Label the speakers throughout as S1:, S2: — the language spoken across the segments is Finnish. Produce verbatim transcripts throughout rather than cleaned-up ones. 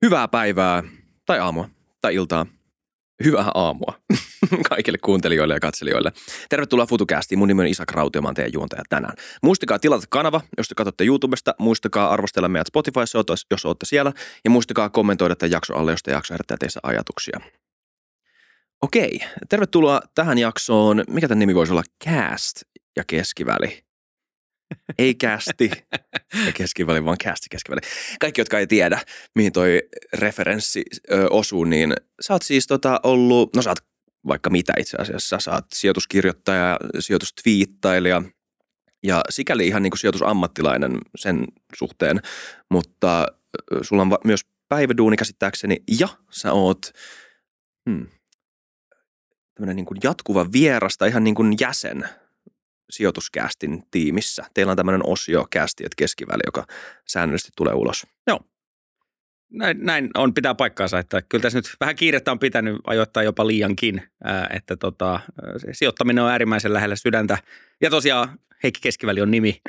S1: Hyvää päivää, tai aamua, tai iltaa. Hyvää aamua kaikille kuuntelijoille ja katselijoille. Tervetuloa FutuCastiin. Mun nimi on Isak Rautio, mä oon teidän juontaja tänään. Muistakaa tilata kanava, jos te katsotte YouTubesta. Muistakaa arvostella meidät Spotifyssa, jos olette siellä. Ja muistakaa kommentoida tämän jakson alle, jos te jakso herättää teissä ajatuksia. Okei, tervetuloa tähän jaksoon. Mikä tämän nimi voisi olla? Cast ja keskiväli. Ei kästi ja keskiväli, vaan kästi keskiväli. Kaikki, jotka ei tiedä, mihin toi referenssi ö, osuu, niin sä oot siis tota ollut, no sä oot vaikka mitä itse asiassa. Sä oot sijoituskirjoittaja, sijoitustwiittailija ja sikäli ihan niin kuin sijoitusammattilainen sen suhteen, mutta ö, sulla on va- myös päiväduuni käsittääkseni ja sä oot hmm, tämmöinen niin kuin jatkuva vieras tai ihan niin kuin jäsen sijoituscastin tiimissä. Teillä on tämmöinen osio Cast et keskiväli, joka säännöllisesti tulee ulos.
S2: Joo. Näin, näin on, pitää paikkaansa, että kyllä tässä nyt vähän kiirettä on pitänyt ajoittaa jopa liiankin, ää, että tota, se sijoittaminen on äärimmäisen lähellä sydäntä. Ja tosiaan Heikki Keskiväli on nimi.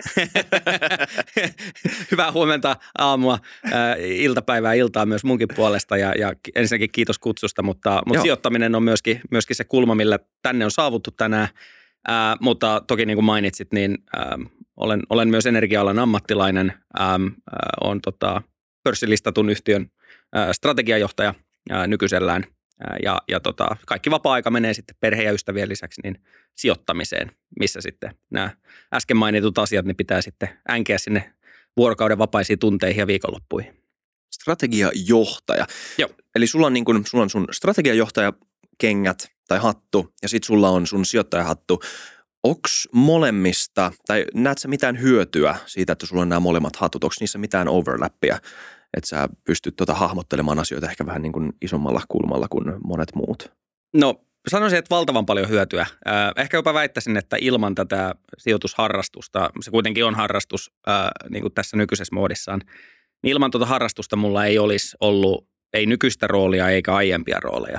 S2: Hyvää huomenta, aamua, ää, iltapäivää, iltaa myös munkin puolesta ja, ja ensinnäkin kiitos kutsusta, mutta, mutta sijoittaminen on myöskin, myöskin se kulma, millä tänne on saavuttu tänään. Ää, mutta toki niin kuin mainitsit, niin ää, olen, olen myös energia-alan ammattilainen, ää, olen tota, pörssilistatun yhtiön ää, strategiajohtaja ää, nykyisellään ää, ja, ja tota, kaikki vapaa-aika menee sitten perhe- ja ystävien lisäksi niin sijoittamiseen, missä sitten nämä äsken mainitut asiat niin pitää sitten änkeä sinne vuorokauden vapaisiin tunteihin ja viikonloppuihin.
S1: Strategiajohtaja.
S2: Joo.
S1: Eli sulla on, niin kuin, sulla on sun strategiajohtaja kengät tai hattu ja sitten sulla on sun sijoittajahattu. Onks molemmista, tai näet sä mitään hyötyä siitä, että sulla on nämä molemmat hatut? Onko niissä mitään overlappia, että sä pystyt tota hahmottelemaan asioita ehkä vähän niin kuin isommalla kulmalla kuin monet muut?
S2: No sanoisin, että valtavan paljon hyötyä. Ehkä jopa väittäisin, että ilman tätä sijoitusharrastusta, se kuitenkin on harrastus niin kuin tässä nykyisessä muodissaan, niin ilman tuota harrastusta mulla ei olisi ollut ei nykyistä roolia eikä aiempia rooleja.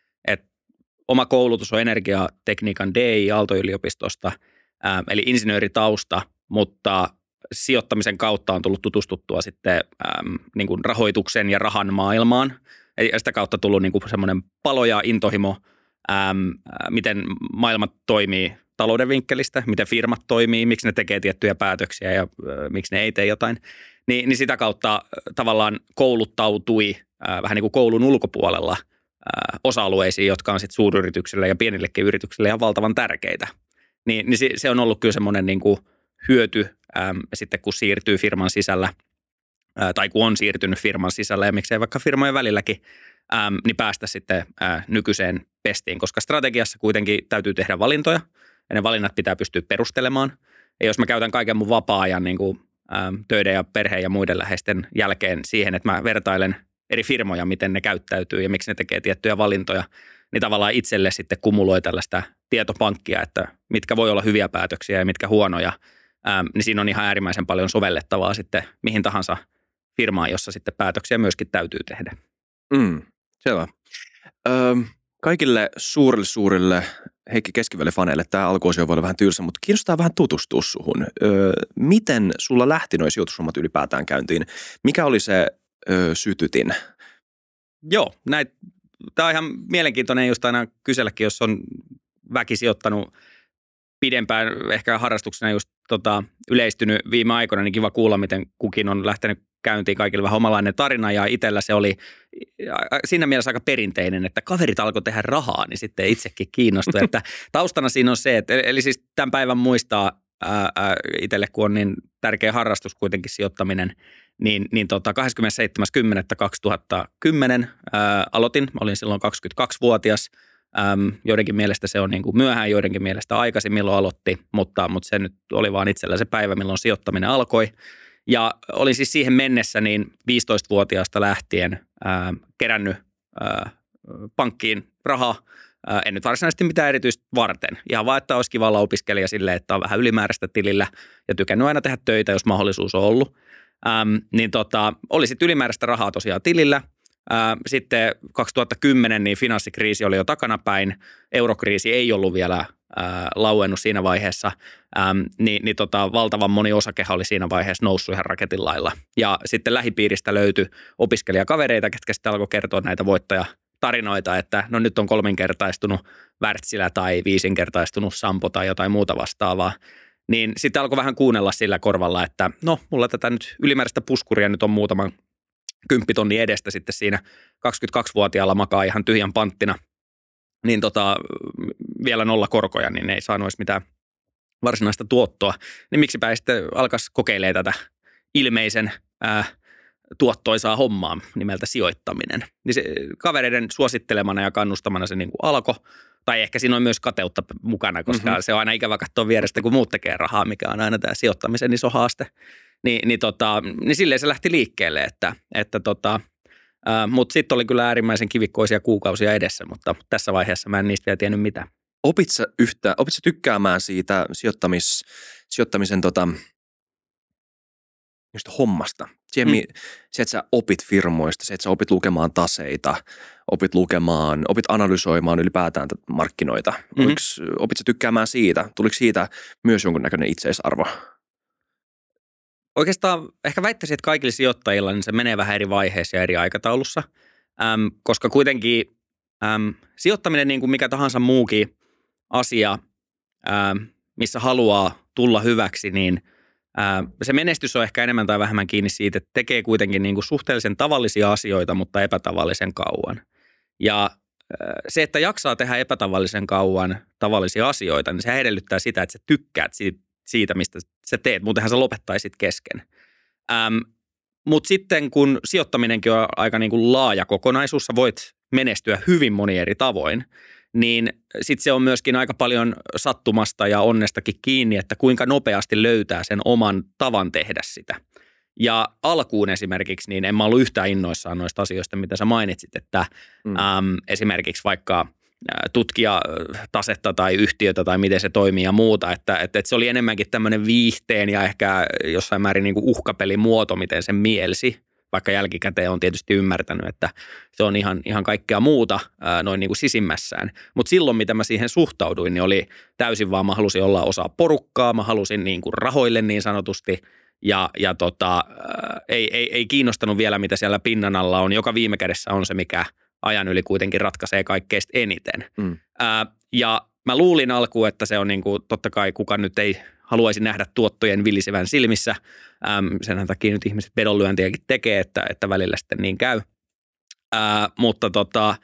S2: Oma koulutus on energiatekniikan D I Aalto-yliopistosta, ää, eli insinööritausta, mutta sijoittamisen kautta on tullut tutustuttua sitten ää, niin kuin rahoituksen ja rahan maailmaan. Eli sitä kautta tullut niin kuin semmoinen palo ja intohimo, ää, miten maailma toimii talouden vinkkelistä, miten firmat toimii, miksi ne tekee tiettyjä päätöksiä ja ää, miksi ne ei tee jotain. Ni, niin sitä kautta tavallaan kouluttautui ää, vähän niin kuin koulun ulkopuolella osa-alueisiin, jotka on sitten suuryrityksille ja pienillekin yrityksille ihan valtavan tärkeitä. Niin, niin se on ollut kyllä semmoinen niin kuin hyöty äm, sitten, kun siirtyy firman sisällä ää, tai kun on siirtynyt firman sisällä ja miksei vaikka firmojen välilläkin, äm, niin päästä sitten ää, nykyiseen pestiin, koska strategiassa kuitenkin täytyy tehdä valintoja ja ne valinnat pitää pystyä perustelemaan. Ja jos mä käytän kaiken mun vapaa-ajan niin kuin, äm, töiden ja perheen ja muiden läheisten jälkeen siihen, että mä vertailen eri firmoja, miten ne käyttäytyy ja miksi ne tekee tiettyjä valintoja, niin tavallaan itselle sitten kumuloi tällaista tietopankkia, että mitkä voi olla hyviä päätöksiä ja mitkä huonoja, ähm, niin siinä on ihan äärimmäisen paljon sovellettavaa sitten mihin tahansa firmaan, jossa sitten päätöksiä myöskin täytyy tehdä.
S1: Mm, selvä. Öö, kaikille suurille suurille Heikki Keskiväli-faneille tämä alkuosio voi olla vähän tylsä, mutta kiinnostaa vähän tutustua suhun. Öö, miten sulla lähti nuo sijoitushommat ylipäätään käyntiin? Mikä oli se Öö, sytytin?
S2: Joo, näin. Tämä on ihan mielenkiintoinen just aina kyselläkin, jos on väki sijoittanut pidempään, ehkä harrastuksena just tota, yleistynyt viime aikoina, niin kiva kuulla, miten kukin on lähtenyt käyntiin kaikille vähän omalainen tarina ja itsellä se oli siinä mielessä aika perinteinen, että kaverit alkoi tehdä rahaa, niin sitten itsekin kiinnostui, että taustana siinä on se, että eli siis tämän päivän muistaa ää, ää, itselle, kun on niin tärkeä harrastus kuitenkin sijoittaminen, niin, niin tota kahdeskymmenesseitsemäs kymmenettä kaksituhattakymmenen ää, aloitin. Mä olin silloin kaksikymmentäkaksivuotias. Äm, joidenkin mielestä se on niin kuin myöhään, joidenkin mielestä aikaisin, milloin aloitti, mutta, mutta se nyt oli vaan itsellä se päivä, milloin sijoittaminen alkoi. Ja olin siis siihen mennessä niin viisitoistavuotiaasta lähtien ää, kerännyt ää, pankkiin rahaa. Ää, en nyt varsinaisesti mitään erityistä varten. Ihan vaan, että olisi kiva olla opiskelija silleen, että on vähän ylimääräistä tilillä ja tykännyt aina tehdä töitä, jos mahdollisuus on ollut. Ähm, niin tota, oli sitten ylimääräistä rahaa tosiaan tilillä. Äh, sitten kaksituhattakymmenen niin finanssikriisi oli jo takanapäin. Eurokriisi ei ollut vielä ää, lauennut siinä vaiheessa, äm, niin, niin tota, valtavan moni osakehan oli siinä vaiheessa noussut ihan raketin lailla. Ja sitten lähipiiristä löytyi opiskelijakavereita, ketkä sitten alkoi kertoa näitä voittajatarinoita, että no nyt on kolminkertaistunut Wärtsilä tai viisinkertaistunut Sampo tai jotain muuta vastaavaa. Niin sitten alkoi vähän kuunnella sillä korvalla, että no mulla tätä nyt ylimääräistä puskuria nyt on muutaman kymppitonni edestä sitten siinä kaksikymmentäkaksivuotiaalla makaa ihan tyhjän panttina, niin tota, vielä nolla korkoja, niin ei saanut edes mitään varsinaista tuottoa. Niin miksipä ei sitten alkaisi kokeilemaan tätä ilmeisen ää, tuottoisaa hommaa nimeltä sijoittaminen. Niin se kavereiden suosittelemana ja kannustamana se niin kuin alkoi. Tai ehkä siinä on myös kateutta mukana, koska mm-hmm. se on aina ikävä katsoa vierestä, kun muut tekee rahaa, mikä on aina tämä sijoittamisen iso haaste. Ni, niin, tota, niin silleen se lähti liikkeelle, että, että tota, ää, mutta sitten oli kyllä äärimmäisen kivikkoisia kuukausia edessä, mutta tässä vaiheessa mä en niistä vielä tiennyt mitään.
S1: Opit sä, yhtä, opit sä tykkäämään siitä sijoittamis, sijoittamisen tota, just hommasta? Siihen, mm. Se, että sä opit firmoista, se, että sä opit lukemaan taseita, opit lukemaan, opit analysoimaan ylipäätään markkinoita. Mm-hmm. Oliks, opit sä tykkäämään siitä? Tuliko siitä myös jonkunnäköinen itseisarvo?
S2: Oikeastaan ehkä väittäisin, että kaikilla sijoittajilla niin se menee vähän eri vaiheissa ja eri aikataulussa, äm, koska kuitenkin äm, sijoittaminen niin kuin mikä tahansa muukin asia, äm, missä haluaa tulla hyväksi, niin äm, se menestys on ehkä enemmän tai vähemmän kiinni siitä, että tekee kuitenkin niin kuin suhteellisen tavallisia asioita, mutta epätavallisen kauan. Ja äh, se, että jaksaa tehdä epätavallisen kauan tavallisia asioita, niin se edellyttää sitä, että sä tykkäät siitä, siitä, mistä sä teet. Muutenhan sä lopettaisit kesken. Ähm, Mutta sitten kun sijoittaminenkin on aika niin kuin laaja kokonaisuus, sä voit menestyä hyvin moni eri tavoin, niin sitten se on myöskin aika paljon sattumasta ja onnestakin kiinni, että kuinka nopeasti löytää sen oman tavan tehdä sitä. Ja alkuun esimerkiksi, niin en mä ollut yhtään innoissaan noista asioista, mitä sä mainitsit, että mm. äm, esimerkiksi vaikka tutkia tasetta tai yhtiötä tai miten se toimii ja muuta, että, että, että se oli enemmänkin tämmöinen viihteen ja ehkä jossain määrin niin kuin uhkapelimuoto, miten se mielsi, vaikka jälkikäteen on tietysti ymmärtänyt, että se on ihan, ihan kaikkea muuta ää, noin niin kuin sisimmässään. Mutta silloin, mitä mä siihen suhtauduin, niin oli täysin vaan, mä halusin olla osa porukkaa, mä halusin niin kuin rahoille niin sanotusti, ja, ja tota, ää, ei, ei, ei kiinnostanut vielä, mitä siellä pinnan alla on, joka viime kädessä on se, mikä ajan yli kuitenkin ratkaisee kaikkeista eniten. Mm. Ää, ja mä luulin alkuun, että se on niin kuin, totta kai kuka nyt ei haluaisi nähdä tuottojen villisevän silmissä. Äm, senhän takia nyt ihmiset vedonlyöntiäkin tekee, että, että välillä sitten niin käy. Ää, mutta tota,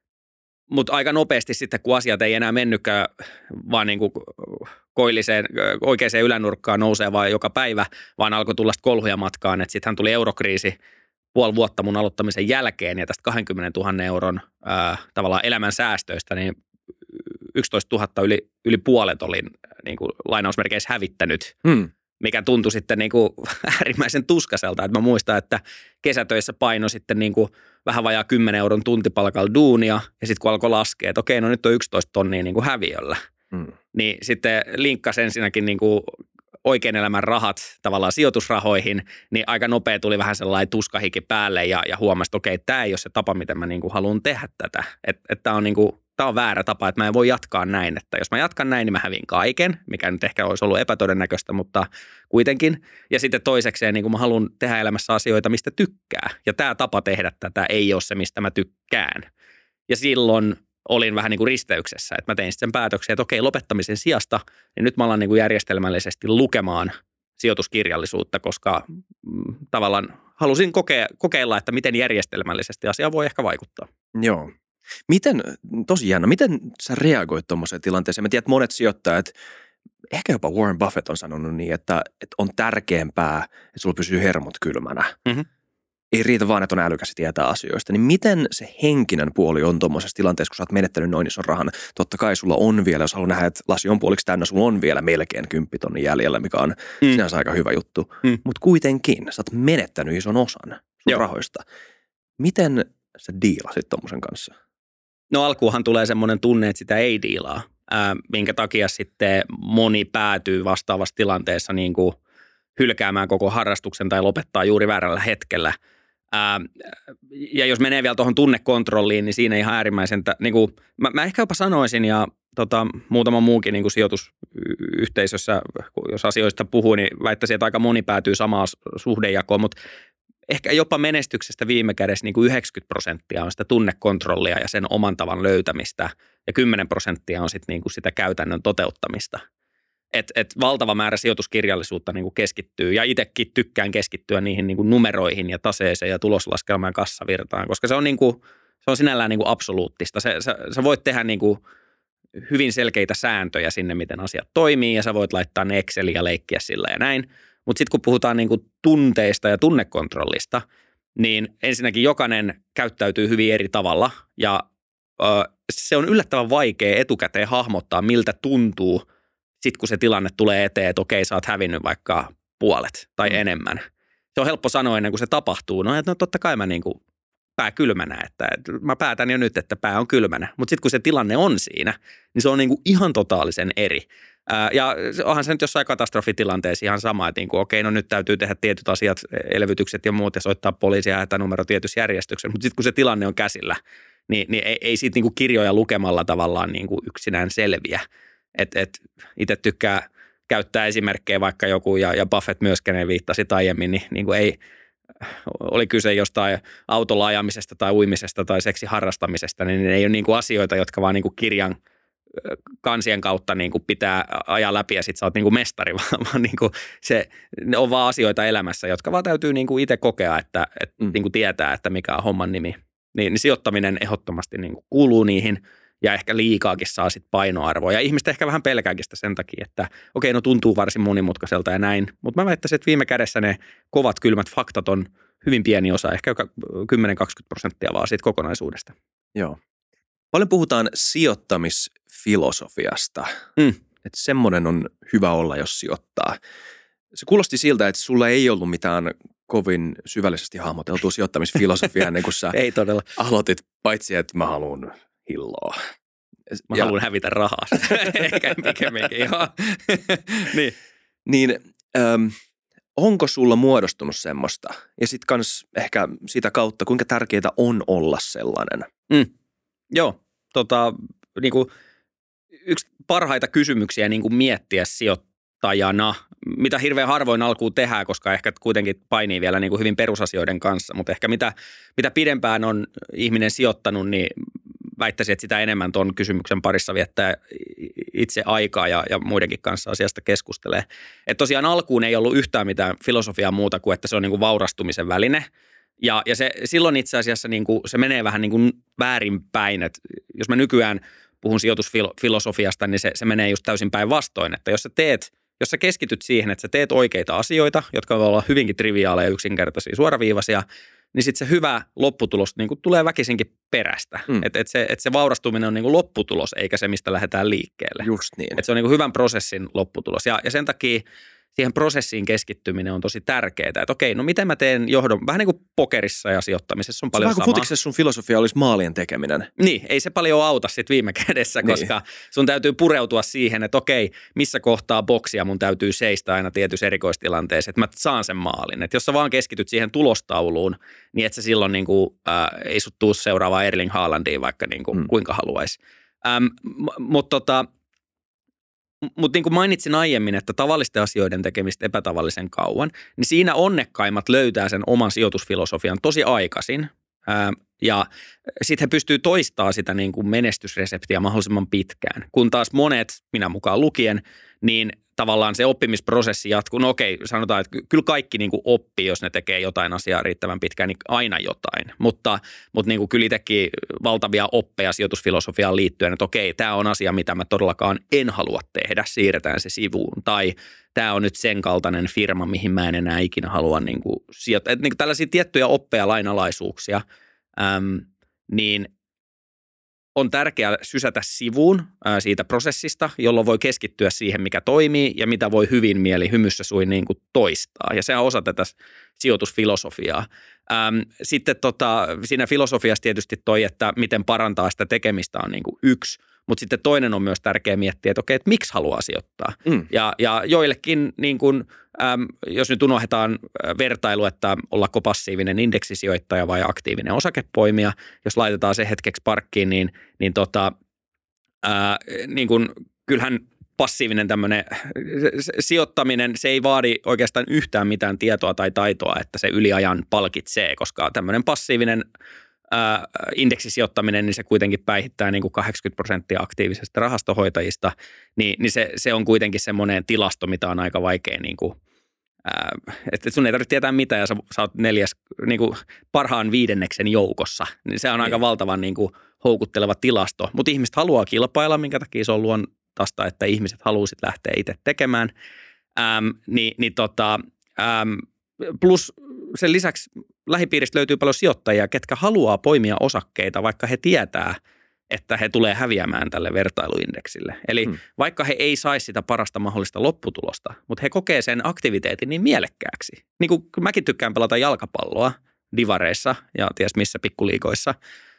S2: mutta aika nopeasti sitten, kun asiat ei enää mennytkään vaan niin kuin koilliseen, oikeaan ylänurkkaan nousee vaan joka päivä, vaan alkoi tulla kolhuja matkaan, että sittenhän tuli eurokriisi puoli vuotta mun aloittamisen jälkeen ja tästä kaksikymmentätuhatta euron ää, tavallaan elämän säästöistä, niin yksitoistatuhatta yli, yli puolet olin niin kuin lainausmerkeissä hävittänyt, hmm. mikä tuntui sitten niin kuin äärimmäisen tuskaiselta. Että mä muistan, että kesätöissä paino sitten niin kuin vähän vajaa kymmenen euron tuntipalkalla duunia ja sitten kun alkoi laskea, että okei, no nyt on yksitoista tonnia niin kuin häviöllä. Hmm. Niin sitten linkkasi ensinnäkin niin kuin oikean elämän rahat tavallaan sijoitusrahoihin, niin aika nopea tuli vähän sellainen tuskahiki päälle ja, ja huomasi, että okei, tämä ei ole se tapa, miten mä niin kuin haluan tehdä tätä. Että et tämä on, niin kuin, tää on väärä tapa, että mä en voi jatkaa näin. Että jos mä jatkan näin, niin mä hävin kaiken, mikä nyt ehkä olisi ollut epätodennäköistä, mutta kuitenkin. Ja sitten toisekseen niin kuin mä haluan tehdä elämässä asioita, mistä tykkää. Ja tämä tapa tehdä tätä ei ole se, mistä mä tykkään. Ja silloin olin vähän niin kuin risteyksessä, että mä tein sitten sen päätöksen, että okei, lopettamisen sijasta, niin nyt mä alan niin kuin järjestelmällisesti lukemaan sijoituskirjallisuutta, koska mm, tavallaan halusin kokea, kokeilla, että miten järjestelmällisesti asia voi ehkä vaikuttaa.
S1: Joo. Miten, tosi jännä, miten sä reagoit tuommoiseen tilanteeseen? Mä tiedän, että monet sijoittajat, ehkä jopa Warren Buffett on sanonut niin, että, että on tärkeämpää, että sulla pysyy hermot kylmänä. Mm-hmm. Ei riitä vaan, että on älykäs ja tietää asioista. Niin miten se henkinen puoli on tuommoisessa tilanteessa, kun sä oot menettänyt noin ison rahan? Totta kai sulla on vielä, jos haluaa nähdä, että lasi on puoliksi täynnä, sulla on vielä melkein kymppitonnin jäljellä, mikä on mm. sinänsä aika hyvä juttu. Mm. Mutta kuitenkin, sä oot menettänyt ison osan sun Joo. rahoista. Miten sä diilasit tuommoisen kanssa?
S2: No alkuunhan tulee semmoinen tunne, että sitä ei diilaa, ää, minkä takia sitten moni päätyy vastaavassa tilanteessa niin kuin hylkäämään koko harrastuksen tai lopettaa juuri väärällä hetkellä. Ää, ja jos menee vielä tuohon tunnekontrolliin, niin siinä ihan äärimmäisen, niin kuin, mä, mä ehkä jopa sanoisin, ja tota, muutama muukin niin kuin sijoitusyhteisössä, jos asioista puhuu, niin väittäisin, että aika moni päätyy samaan suhdejakoon, mutta ehkä jopa menestyksestä viime kädessä niin kuin yhdeksänkymmentä prosenttia on sitä tunnekontrollia ja sen oman tavan löytämistä ja kymmenen prosenttia on sitten niin kuin sitä käytännön toteuttamista. Et, et valtava määrä sijoituskirjallisuutta niin kuin keskittyy ja itsekin tykkään keskittyä niihin niin kuin numeroihin ja taseeseen ja tuloslaskelmaan ja kassavirtaan, koska se on, niin kuin, se on sinällään niin kuin absoluuttista. Se, sä, sä voit tehdä niin kuin hyvin selkeitä sääntöjä sinne, miten asiat toimii ja sä voit laittaa ne Exceliin ja leikkiä sillä ja näin. Mutta sitten kun puhutaan niin kuin tunteista ja tunnekontrollista, niin ensinnäkin jokainen käyttäytyy hyvin eri tavalla ja ö, se on yllättävän vaikea etukäteen hahmottaa, miltä tuntuu sitten kun se tilanne tulee eteen, että okei, sä oot hävinnyt vaikka puolet tai mm. enemmän. Se on helppo sanoa ennen kuin se tapahtuu. No, no totta kai mä niin kuin pää kylmänä, että, että mä päätän jo nyt, että pää on kylmänä. Mutta sitten kun se tilanne on siinä, niin se on niin kuin ihan totaalisen eri. Ää, ja onhan se nyt jossain katastrofitilanteessa ihan sama, että niin kuin, okei, no nyt täytyy tehdä tietyt asiat, elvytykset ja muut ja soittaa poliisia ja hätänumero tietyssä järjestyksessä. Mutta sitten kun se tilanne on käsillä, niin, niin ei, ei siitä niin kuin kirjoja lukemalla tavallaan niin kuin yksinään selviä. Että et, itse tykkää käyttää esimerkkejä vaikka joku, ja, ja Buffett myöskään viittasi aiemmin, niin, niin kuin ei, oli kyse jostain autolla ajamisesta tai uimisesta tai seksiharrastamisesta, niin ne ei ole niin kuin asioita, jotka vaan niin kuin kirjan kansien kautta niin kuin pitää ajaa läpi ja sitten sä oot niin kuin mestari, vaan niin kuin se, ne on vaan asioita elämässä, jotka vaan täytyy niin kuin itse kokea, että, että mm. niin kuin tietää, että mikä on homman nimi. Niin, niin sijoittaminen ehdottomasti niin kuin kuuluu niihin. Ja ehkä liikaakin saa sitten painoarvoa. Ja ihmiset ehkä vähän pelkääkin sitä sen takia, että okei, no tuntuu varsin monimutkaiselta ja näin. Mutta mä väittäisin, että viime kädessä ne kovat kylmät faktat on hyvin pieni osa, ehkä kymmenen kaksikymmentä prosenttia vaan siitä kokonaisuudesta.
S1: Joo. Paljon puhutaan sijoittamisfilosofiasta.
S2: Mm.
S1: Että semmoinen on hyvä olla, jos sijoittaa. Se kuulosti siltä, että sulla ei ollut mitään kovin syvällisesti hahmoteltua sijoittamisfilosofiaa ennen kuin sä
S2: ei todella
S1: aloitit, paitsi että mä haluan hilloa.
S2: Mä ja, haluan hävitä rahaa. Eikä pikemminkin, joo. niin.
S1: Niin, äm, onko sulla muodostunut semmoista? Ja sitten kans ehkä sitä kautta, kuinka tärkeää on olla sellainen?
S2: Mm. Joo, tota, niinku, yksi parhaita kysymyksiä niinku miettiä sijoittajana, mitä hirveän harvoin alkuun tehdään, koska ehkä kuitenkin painii vielä niinku hyvin perusasioiden kanssa, mutta ehkä mitä, mitä pidempään on ihminen sijoittanut, niin väittäisin, että sitä enemmän tuon kysymyksen parissa viettää itse aikaa ja, ja muidenkin kanssa asiasta keskustelee. Että tosiaan alkuun ei ollut yhtään mitään filosofiaa muuta kuin, että se on niin kuin vaurastumisen väline. Ja, ja se, silloin itse asiassa niin kuin, se menee vähän niin kuin väärinpäin. Että jos mä nykyään puhun sijoitusfilosofiasta, niin se, se menee just täysin päinvastoin. Että jos sä teet, jos sä keskityt siihen, että sä teet oikeita asioita, jotka voi olla hyvinkin triviaaleja, yksinkertaisia, suoraviivaisia, niin sitten se hyvä lopputulos niin kuin tulee väkisinkin perästä. Mm. Että et se, et se vaurastuminen on niin kuin lopputulos, eikä se, mistä lähdetään liikkeelle.
S1: Just niin.
S2: Että se on niin kuin hyvän prosessin lopputulos. Ja, ja sen takia siihen prosessiin keskittyminen on tosi tärkeää. Että okei, no miten mä teen johdon, vähän niin kuin pokerissa ja sijoittamisessa on paljon samaa.
S1: Vähän kuin futiksessa sun filosofia olisi maalien tekeminen.
S2: Niin, ei se paljon auta sitten viime kädessä, koska niin. Sun täytyy pureutua siihen, että okei, missä kohtaa boksia mun täytyy seistä aina tietyissä erikoistilanteessa, että mä saan sen maalin. Että jos sä vaan keskityt siihen tulostauluun, niin et sä silloin niin kuin, äh, ei sut tuu seuraavaa Erling Haalandia vaikka niin kuin, mm. kuinka haluaisi. Ähm, m- Mutta tota... Mutta niin kuin mainitsin aiemmin, että tavallisten asioiden tekemistä epätavallisen kauan, niin siinä onnekkaimmat löytää sen oman sijoitusfilosofian tosi aikaisin. Ää, ja sitten he pystyy toistamaan sitä niin kuin menestysreseptiä mahdollisimman pitkään. Kun taas monet, minä mukaan lukien, niin tavallaan se oppimisprosessi jatkuu. No okei, sanotaan, että kyllä kaikki niin kuin oppii, jos ne tekee jotain asiaa riittävän pitkään, niin aina jotain. Mutta, mutta niin kuin kyllä itsekin valtavia oppeja sijoitusfilosofiaan liittyen, että okei, tämä on asia, mitä mä todellakaan en halua tehdä, siirretään se sivuun. Tai tämä on nyt sen kaltainen firma, mihin mä en enää ikinä halua niin kuin sijoittaa. Että niin kuin tällaisia tiettyjä oppeja, lainalaisuuksia, äm, niin on tärkeää sysätä sivuun ää, siitä prosessista, jolloin voi keskittyä siihen, mikä toimii ja mitä voi hyvin mieli hymyssä suin niin kuin toistaa. Ja se on osa tätä sijoitusfilosofiaa. Ähm, sitten tota, siinä filosofiassa tietysti toi, että miten parantaa sitä tekemistä on niin kuin yksi, mutta sitten toinen on myös tärkeää miettiä, että okei, että miksi haluaa sijoittaa. Mm. Ja, ja joillekin, niin kuin, äm, jos nyt unohdetaan vertailu, että ollaanko passiivinen indeksisijoittaja vai aktiivinen osakepoimija, jos laitetaan se hetkeksi parkkiin, niin, niin tota, ää, niin kuin, kyllähän passiivinen tämmöinen sijoittaminen, se ei vaadi oikeastaan yhtään mitään tietoa tai taitoa, että se yliajan palkitsee, koska tämmöinen passiivinen ää, indeksisijoittaminen, niin se kuitenkin päihittää niin kuin kahdeksankymmentä prosenttia aktiivisesta rahastohoitajista, niin, niin se, se on kuitenkin semmoinen tilasto, mitä on aika vaikea, niin kuin, ää, että sun ei tarvitse tietää mitä ja sä, sä oot neljäs, niin kuin parhaan viidenneksen joukossa, niin se on niin. aika valtavan niin kuin houkutteleva tilasto, mutta ihmiset haluaa kilpailla, minkä takia se on luontaista, että ihmiset haluaa sitten lähteä itse tekemään, äm, niin, niin tota, äm, plus sen lisäksi lähipiiristä löytyy paljon sijoittajia, ketkä haluaa poimia osakkeita, vaikka he tietää, että he tulee häviämään tälle vertailuindeksille. Eli hmm. vaikka he ei saisi sitä parasta mahdollista lopputulosta, mutta he kokee sen aktiviteetin niin mielekkääksi. Niin kuin mäkin tykkään pelata jalkapalloa divareissa ja ties missä pikkuliikoissa,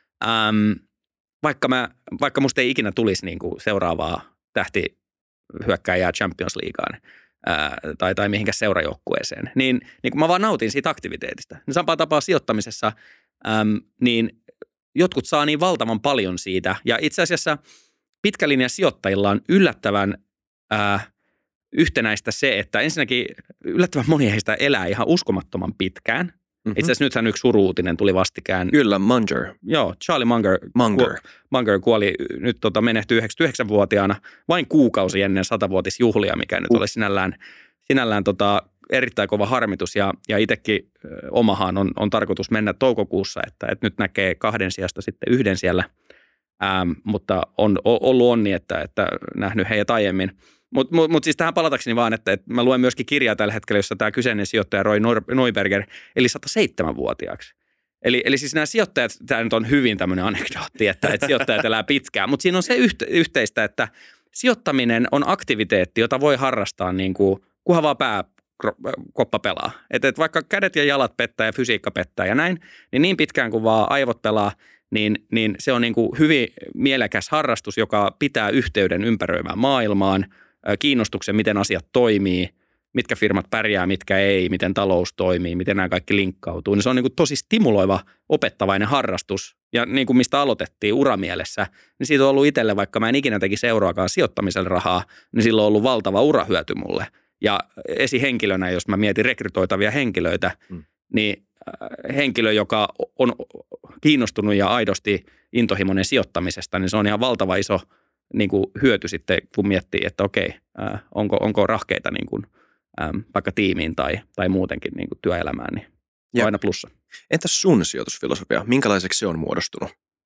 S2: äm, vaikka, mä, vaikka musta ei ikinä tulisi niin kuin seuraavaa tähtihyökkääjää Champions Leagueaan, Ää, tai, tai mihinkään seurajoukkueeseen, niin, niin kun mä vaan nautin siitä aktiviteetista. Niin sampaa tapaa sijoittamisessa, äm, niin jotkut saa niin valtavan paljon siitä. Ja itse asiassa pitkälinjan sijoittajilla on yllättävän ää, yhtenäistä se, että ensinnäkin yllättävän moni heistä elää ihan uskomattoman pitkään. Mm-hmm. Itse asiassa nythän yksi suru-uutinen tuli vastikään.
S1: Kyllä, Munger.
S2: Joo, Charlie Munger.
S1: Munger.
S2: Ku, Munger kuoli nyt tota, menehtyi yhdeksänkymmentäyhdeksänvuotiaana vain kuukausi ennen satavuotisjuhlia, mikä nyt uh. oli sinällään, sinällään tota, erittäin kova harmitus. Ja, ja itsekin ö, Omahaan on, on tarkoitus mennä toukokuussa, että, että nyt näkee kahden sijasta sitten yhden siellä. Ähm, mutta on ollut onni, että, että nähnyt heidät aiemmin. Mutta mut, mut siis tähän palatakseni vaan, että, että mä luen myöskin kirjaa tällä hetkellä, jossa tämä kyseinen sijoittaja Roy Neuberger eli sata seitsemän-vuotiaaksi. Eli, eli siis nämä sijoittajat, tämä nyt on hyvin tämmöinen anekdootti, että, että sijoittajat elää pitkään, mutta siinä on se yhte, yhteistä, että sijoittaminen on aktiviteetti, jota voi harrastaa niin kuin, kunhan vaan pääkoppa pelaa. Että et vaikka kädet ja jalat pettää ja fysiikka pettää ja näin, niin niin pitkään kuin vaan aivot pelaa, niin, niin se on niin kuin hyvin mielekäs harrastus, joka pitää yhteyden ympäröivään maailmaan, kiinnostuksen, miten asiat toimii, mitkä firmat pärjää, mitkä ei, miten talous toimii, miten nämä kaikki linkkautuu. Niin se on niin kuin tosi stimuloiva, opettavainen harrastus. Ja niin kuin mistä aloitettiin uramielessä, niin siitä on ollut itselle, vaikka mä en ikinä teki seuraakaan sijoittamiselle rahaa, niin sillä on ollut valtava urahyöty mulle. Ja esihenkilönä, jos mä mietin rekrytoitavia henkilöitä, hmm. niin henkilö, joka on kiinnostunut ja aidosti intohimoinen sijoittamisesta, niin se on ihan valtava iso niin kuin hyöty sitten, kun miettii, että okei, äh, onko, onko rahkeita niin kuin, ähm, vaikka tiimiin tai, tai muutenkin niin kuin työelämään, niin ja. aina plussa.
S1: Entäs sun sijoitusfilosofia? Minkälaiseksi se on muodostunut?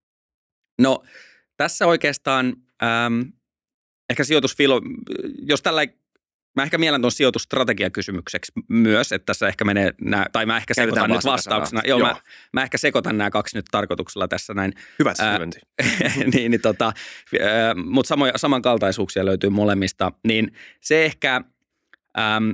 S2: No tässä oikeastaan ähm, ehkä sijoitusfilo, jos tällä mä ehkä mielen tuon sijoitusstrategiakysymykseksi myös, että tässä ehkä menee nämä, tai mä ehkä sekoitan nyt vastauksena. Joo, Joo. Mä, mä ehkä sekoitan nämä kaksi nyt tarkoituksella tässä näin.
S1: Hyvät hyvinti.
S2: niin, niin tota, mutta samoja, samankaltaisuuksia löytyy molemmista. Niin se ehkä, äm,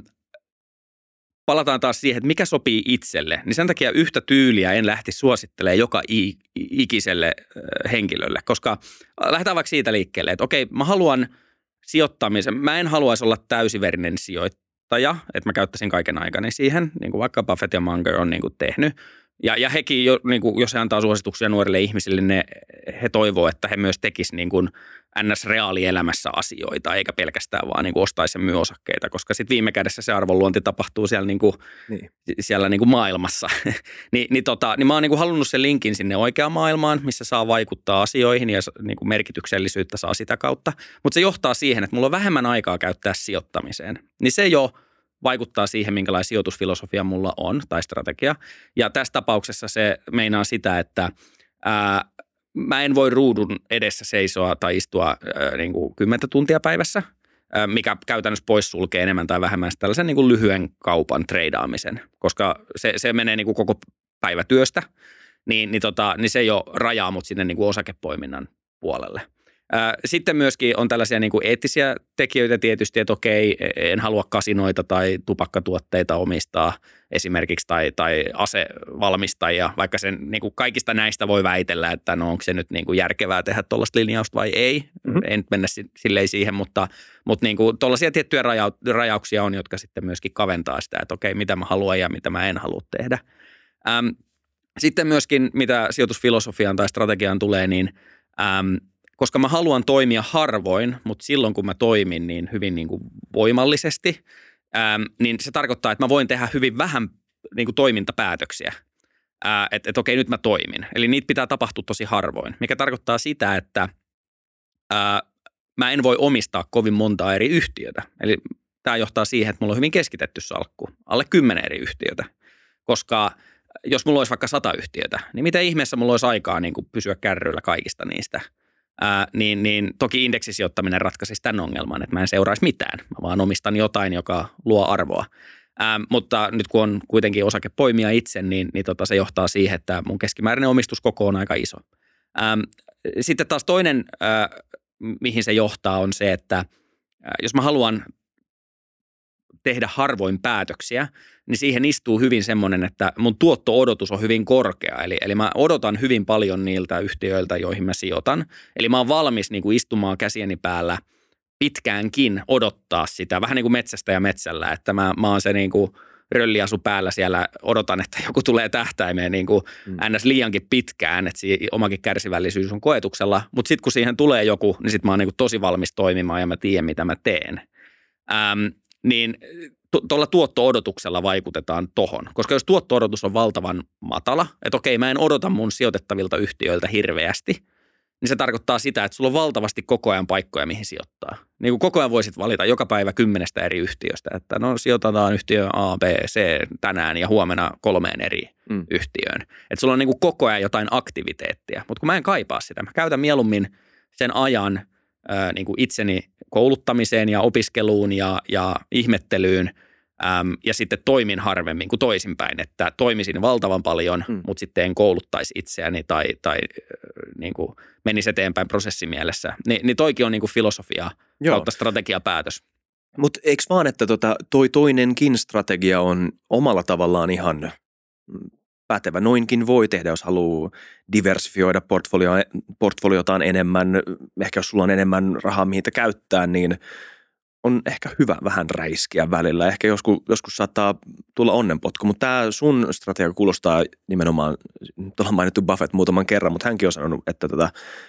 S2: palataan taas siihen, että mikä sopii itselle. Niin sen takia yhtä tyyliä en lähti suosittelemaan joka i, ikiselle henkilölle, koska lähdetään vaikka siitä liikkeelle, että okei, mä haluan sijoittamisen. Mä en haluaisi olla täysiverinen sijoittaja, että mä käyttäisin kaiken aikani siihen, niin kuin vaikka Buffett ja Munger on niin kuin tehnyt. Ja, ja hekin, jo, niin kuin, jos he antaa suosituksia nuorille ihmisille, ne, he toivoo, että he myös tekisivät niin kuin N S-reaalielämässä asioita, eikä pelkästään vaan niin kuin ostaisi ja myy osakkeita, koska sitten viime kädessä se arvonluonti tapahtuu siellä, niin kuin, niin. siellä niin kuin maailmassa. Ni, niin, tota, niin mä oon niin kuin halunnut sen linkin sinne oikeaan maailmaan, missä saa vaikuttaa asioihin ja niin kuin merkityksellisyyttä saa sitä kautta. Mutta se johtaa siihen, että mulla on vähemmän aikaa käyttää sijoittamiseen. Niin se jo vaikuttaa siihen, minkälainen sijoitusfilosofia mulla on tai strategia. Ja tässä tapauksessa se meinaa sitä, että ää, mä en voi ruudun edessä seisoa tai istua ää, niin kuin kymmentä tuntia päivässä, ää, mikä käytännössä poissulkee enemmän tai vähemmän tällaisen niin kuin lyhyen kaupan treidaamisen, koska se, se menee niin kuin koko päivä työstä, niin, niin, tota, niin se jo rajaa mut sinne niin kuin osakepoiminnan puolelle. Sitten myöskin on tällaisia niin kuin eettisiä tekijöitä tietysti, että okei, en halua kasinoita tai tupakkatuotteita omistaa esimerkiksi tai, tai asevalmistajia, vaikka sen niin kuin kaikista näistä voi väitellä, että no onko se nyt niin kuin järkevää tehdä tuollaista linjausta vai ei. Mm-hmm. En mennä silleen siihen, mutta, mutta niin kuin tuollaisia tiettyjä raja, rajauksia on, jotka sitten myöskin kaventaa sitä, että okei, mitä mä haluan ja mitä mä en halua tehdä. Ähm, sitten myöskin, mitä sijoitusfilosofiaan tai strategiaan tulee, niin Ähm, koska mä haluan toimia harvoin, mutta silloin kun mä toimin niin hyvin niin kuin voimallisesti, ähm, niin se tarkoittaa, että mä voin tehdä hyvin vähän niin kuin toimintapäätöksiä. Äh, että et, okei, nyt mä toimin. Eli niitä pitää tapahtua tosi harvoin, mikä tarkoittaa sitä, että äh, mä en voi omistaa kovin montaa eri yhtiötä. Eli tämä johtaa siihen, että mulla on hyvin keskitetty salkku, alle kymmenen eri yhtiötä, koska jos mulla olisi vaikka sata yhtiötä, niin miten ihmeessä mulla olisi aikaa niin kuin pysyä kärryillä kaikista niistä. Ää, niin, niin toki indeksisijoittaminen ratkaisisi tämän ongelman, että mä en seuraisi mitään. Mä vaan omistan jotain, joka luo arvoa. Ää, mutta nyt kun on kuitenkin osakepoimija itse, niin, niin tota, se johtaa siihen, että mun keskimääräinen omistuskoko on aika iso. Ää, sitten taas toinen, ää, mihin se johtaa, on se, että ää, jos mä haluan tehdä harvoin päätöksiä, niin siihen istuu hyvin semmoinen, että mun tuotto-odotus on hyvin korkea. Eli, eli mä odotan hyvin paljon niiltä yhtiöiltä, joihin mä sijoitan. Eli mä oon valmis niin kuin istumaan käsieni päällä pitkäänkin odottaa sitä, vähän niin kuin metsästä ja metsällä, että mä, mä oon se niin kuin rölliasu päällä siellä, odotan, että joku tulee tähtäimeen niin kuin mm. ns. Liiankin pitkään, että omakin kärsivällisyys on koetuksella, mutta sitten kun siihen tulee joku, niin sitten mä oon niin kuin tosi valmis toimimaan ja mä tiedän, mitä mä teen. Ähm, niin tuolla tuotto-odotuksella vaikutetaan tohon, koska jos tuotto-odotus on valtavan matala, että okei, mä en odota mun sijoitettavilta yhtiöiltä hirveästi, niin se tarkoittaa sitä, että sulla on valtavasti koko ajan paikkoja, mihin sijoittaa. Niin kuin koko ajan voisit valita joka päivä kymmenestä eri yhtiöstä, että no sijoitetaan yhtiö A, B, C tänään ja huomenna kolmeen eri mm. yhtiöön. Että sulla on niin kuin koko ajan jotain aktiviteettia, mutta kun mä en kaipaa sitä, mä käytän mieluummin sen ajan ää, niin kuin itseni kouluttamiseen ja opiskeluun ja, ja ihmettelyyn äm, ja sitten toimin harvemmin kuin toisinpäin, että toimisin valtavan paljon, mm. mutta sitten en kouluttaisi itseäni tai, tai äh, niin kuin menisi eteenpäin prosessimielessä. Ni, niin toikin on niin kuin filosofia Joo. kautta strategiapäätös.
S1: Mutta eikö vaan, että tota, toi toinenkin strategia on omalla tavallaan ihan pätevä. Noinkin voi tehdä, jos haluaa diversifioida portfolio, portfoliotaan enemmän, ehkä jos sulla on enemmän rahaa, mihin käyttää, niin on ehkä hyvä vähän räiskiä välillä. Ehkä joskus, joskus saattaa tulla onnenpotku, mutta tämä sun strategia kuulostaa nimenomaan, tuolla mainittu Buffett muutaman kerran, mutta hänkin on sanonut, että tota,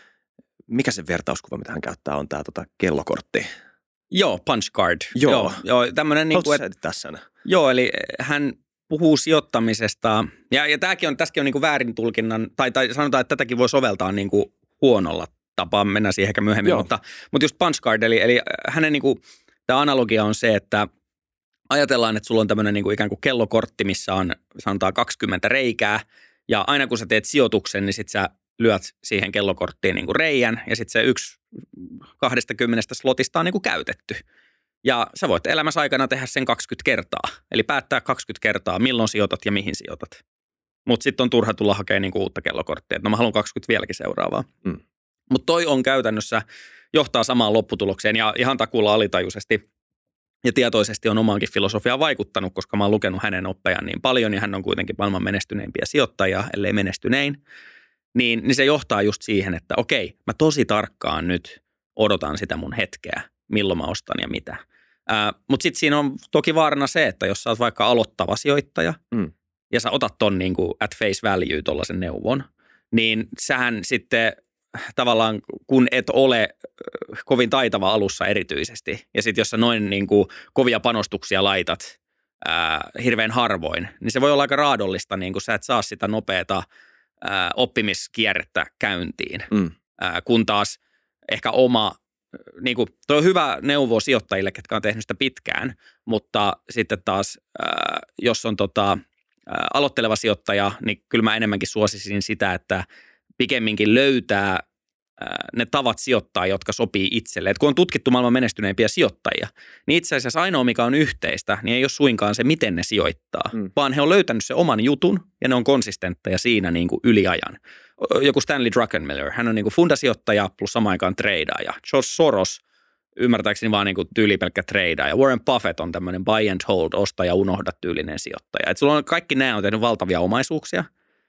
S1: mikä se vertauskuva, mitä hän käyttää, on tämä tota kellokortti.
S2: Joo, punch card.
S1: Joo.
S2: Joo, joo tämmöinen niin kuin,
S1: että, tässä?
S2: Joo, eli hän puhuu sijoittamisesta, ja, ja tämäkin on, tässäkin on niin kuin väärin tulkinnan, tai, tai sanotaan, että tätäkin voi soveltaa niin kuin huonolla tapaa, mennään siihen ehkä myöhemmin, mutta, mutta just punch card, eli, eli hänen niin kuin, tämä analogia on se, että ajatellaan, että sulla on tämmöinen niin kuin ikään kuin kellokortti, missä on sanotaan kaksikymmentä reikää, ja aina kun sä teet sijoituksen, niin sit sä lyöt siihen kellokorttiin niin kuin reijän, ja sitten se yksi kaksikymmentä slotista on niin kuin käytetty. Ja sä voit elämässä aikana tehdä sen kaksikymmentä kertaa, eli päättää kaksikymmentä kertaa, milloin sijoitat ja mihin sijoitat. Mutta sitten on turha tulla hakemaan niinku uutta kellokorttia, että no mä haluan kaksikymmentä vieläkin seuraavaa. Mm. Mutta toi on käytännössä, johtaa samaan lopputulokseen ja ihan takuulla alitajuisesti ja tietoisesti on omaankin filosofiaan vaikuttanut, koska mä oon lukenut hänen oppejaan niin paljon ja hän on kuitenkin maailman menestyneimpiä sijoittajia, ellei menestynein. Niin, niin se johtaa just siihen, että okei, mä tosi tarkkaan nyt odotan sitä mun hetkeä, milloin mä ostan ja mitä. Äh, Mutta sitten siinä on toki vaarana se, että jos sä oot vaikka aloittava sijoittaja mm. ja sä otat ton niin kuin at face value tollaisen neuvon, niin sähän sitten tavallaan kun et ole kovin taitava alussa erityisesti ja sitten jos sä noin niin kuin kovia panostuksia laitat ää, hirveän harvoin, niin se voi olla aika raadollista, niin kuin sä et saa sitä nopeata ää, oppimiskierrettä käyntiin, mm. ää, kun taas ehkä oma niin kuin, toi on hyvä neuvo sijoittajille, ketkä on tehnyt sitä pitkään, mutta sitten taas, ää, jos on tota, ää, aloitteleva sijoittaja, niin kyllä mä enemmänkin suosisin sitä, että pikemminkin löytää ää, ne tavat sijoittaa, jotka sopii itselle. Et kun on tutkittu maailman menestyneimpiä sijoittajia, niin itse asiassa ainoa, mikä on yhteistä, niin ei ole suinkaan se, miten ne sijoittaa, mm. vaan he on löytänyt se oman jutun ja ne on konsistentteja siinä niin kuin yliajan. Joku Stanley Druckenmiller, hän on niin kuin fundasijoittaja plus samaan aikaan treidaaja. George Soros, ymmärtääkseni vaan niin kuin tyyli pelkkä treidaaja. Warren Buffett on tämmöinen buy and hold, osta ja unohda tyylinen sijoittaja. Et sulla on, kaikki nämä on tehnyt valtavia omaisuuksia.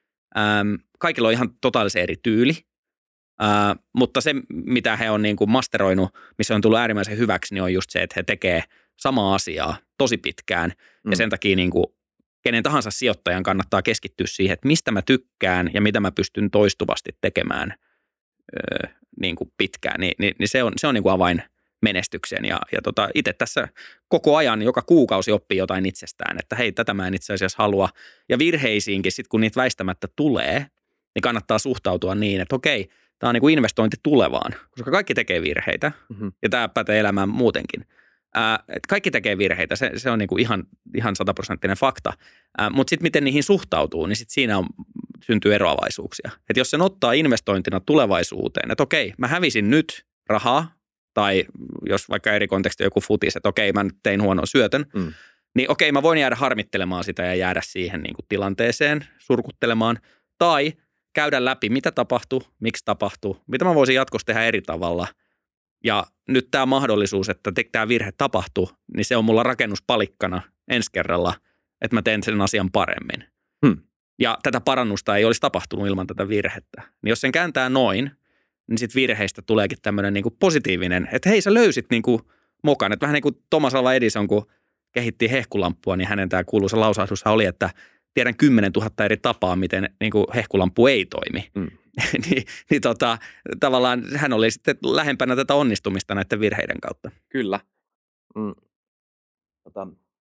S2: Ähm, kaikilla on ihan totaalisen eri tyyli. Äh, mutta se, mitä he on niin kuin masteroinut, missä on tullut äärimmäisen hyväksi, niin on just se, että he tekee samaa asiaa tosi pitkään. Mm. Ja sen takia niin kuin kenen tahansa sijoittajan kannattaa keskittyä siihen, että mistä mä tykkään ja mitä mä pystyn toistuvasti tekemään öö, niin kuin pitkään, niin, niin, niin se on, se on niin kuin avain menestykseen. Ja, ja tota, itse tässä koko ajan, joka kuukausi oppii jotain itsestään, että hei, tätä mä en itse asiassa halua. Ja virheisiinkin, sit kun niitä väistämättä tulee, niin kannattaa suhtautua niin, että okei, tämä on niin kuin investointi tulevaan, koska kaikki tekee virheitä, mm-hmm. ja tämä pätee elämään muutenkin. Ää, että kaikki tekee virheitä, se, se on niin kuin ihan, ihan sataprosenttinen fakta. Ää, mutta sitten miten niihin suhtautuu, niin sit siinä on, syntyy eroavaisuuksia. Että jos sen ottaa investointina tulevaisuuteen, että okei, mä hävisin nyt rahaa, tai jos vaikka eri konteksti joku futis, että okei, mä nyt tein huonon syötön, mm. niin okei, mä voin jäädä harmittelemaan sitä ja jäädä siihen niin kuin tilanteeseen, surkuttelemaan, tai käydä läpi, mitä tapahtui, miksi tapahtui, mitä mä voisin jatkossa tehdä eri tavalla. Ja nyt tämä mahdollisuus, että tämä virhe tapahtuu, niin se on mulla rakennuspalikkana ensi kerralla, että mä teen sen asian paremmin. Hmm. Ja tätä parannusta ei olisi tapahtunut ilman tätä virhettä. Niin jos sen kääntää noin, niin sitten virheistä tuleekin tämmöinen niinku positiivinen, että hei, sä löysit niinku mokan. Että vähän niin kuin Thomas Alva Edison, kun kehitti hehkulamppua, niin hänen tämä kuuluisa lausahdushan oli, että tiedän kymmenen tuhatta eri tapaa, miten niinku hehkulampu ei toimi. Mm. niin, niin tota, tavallaan hän oli sitten lähempänä tätä onnistumista näiden virheiden kautta.
S1: Kyllä. Mm. Tota.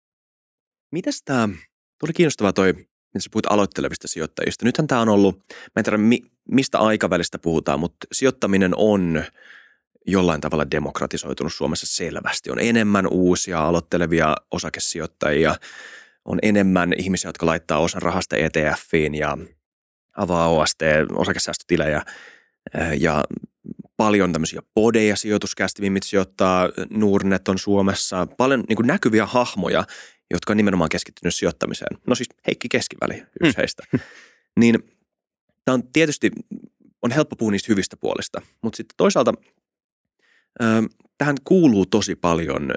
S1: Mites tämä, tuli kiinnostavaa toi, mitä sä puhut aloittelevista sijoittajista. Nythän tämä on ollut, mä en tiedä mi, mistä aikavälistä puhutaan, mutta sijoittaminen on jollain tavalla demokratisoitunut Suomessa selvästi. On enemmän uusia aloittelevia osakesijoittajia, on enemmän ihmisiä, jotka laittaa osan rahasta E T F:iin ja avaa O S T-osakesäästötilejä ja paljon tämmöisiä podeja sijoituskästiviä, mitä sijoittaa. Nordnet on Suomessa. Paljon niin kuin näkyviä hahmoja, jotka on nimenomaan keskittynyt sijoittamiseen. No siis Heikki Keskiväli, yksi mm. heistä. Niin tämä on tietysti, on helppo puhua niistä hyvistä puolista, mutta sitten toisaalta äh, tähän kuuluu tosi paljon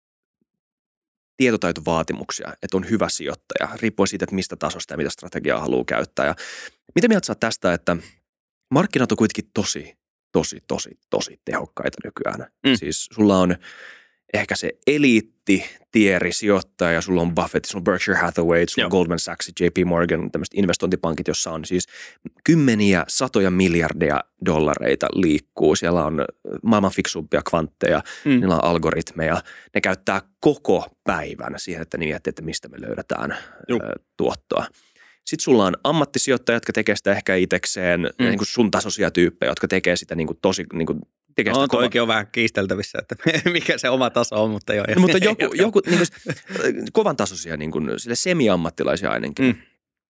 S1: tietotaitovaatimuksia, että on hyvä sijoittaja, riippuen siitä, että mistä tasosta ja mitä strategiaa haluaa käyttää. Ja mitä mieltä sä oot tästä, että markkinat on kuitenkin tosi, tosi, tosi, tosi tehokkaita nykyään. Mm. Siis sulla on ehkä se eliittitieri sijoittaja, ja sulla on Buffett, sulla on Berkshire Hathaway, sulla on Goldman Sachs, J P Morgan, tämmöiset investointipankit, jossa on siis kymmeniä, satoja miljardeja dollareita liikkuu. Siellä on maailman fiksumpia kvantteja, mm. niillä on algoritmeja. Ne käyttää koko päivän siihen, että ne miettii, että mistä me löydetään Juh. tuottoa. Sitten sulla on ammattisijoittajat, jotka tekee sitä ehkä itsekseen, mm. niin kuin sun tasoisia tyyppejä, jotka tekee sitä niin kuin tosi niin kuin tekee sitä
S2: no, toikin on vähän kiisteltävissä, että mikä se oma taso on, mutta joo.
S1: No, mutta joku, joku niin kuin, kovan tasoisia, niin kuin, sille semi-ammattilaisia ainakin. Mm.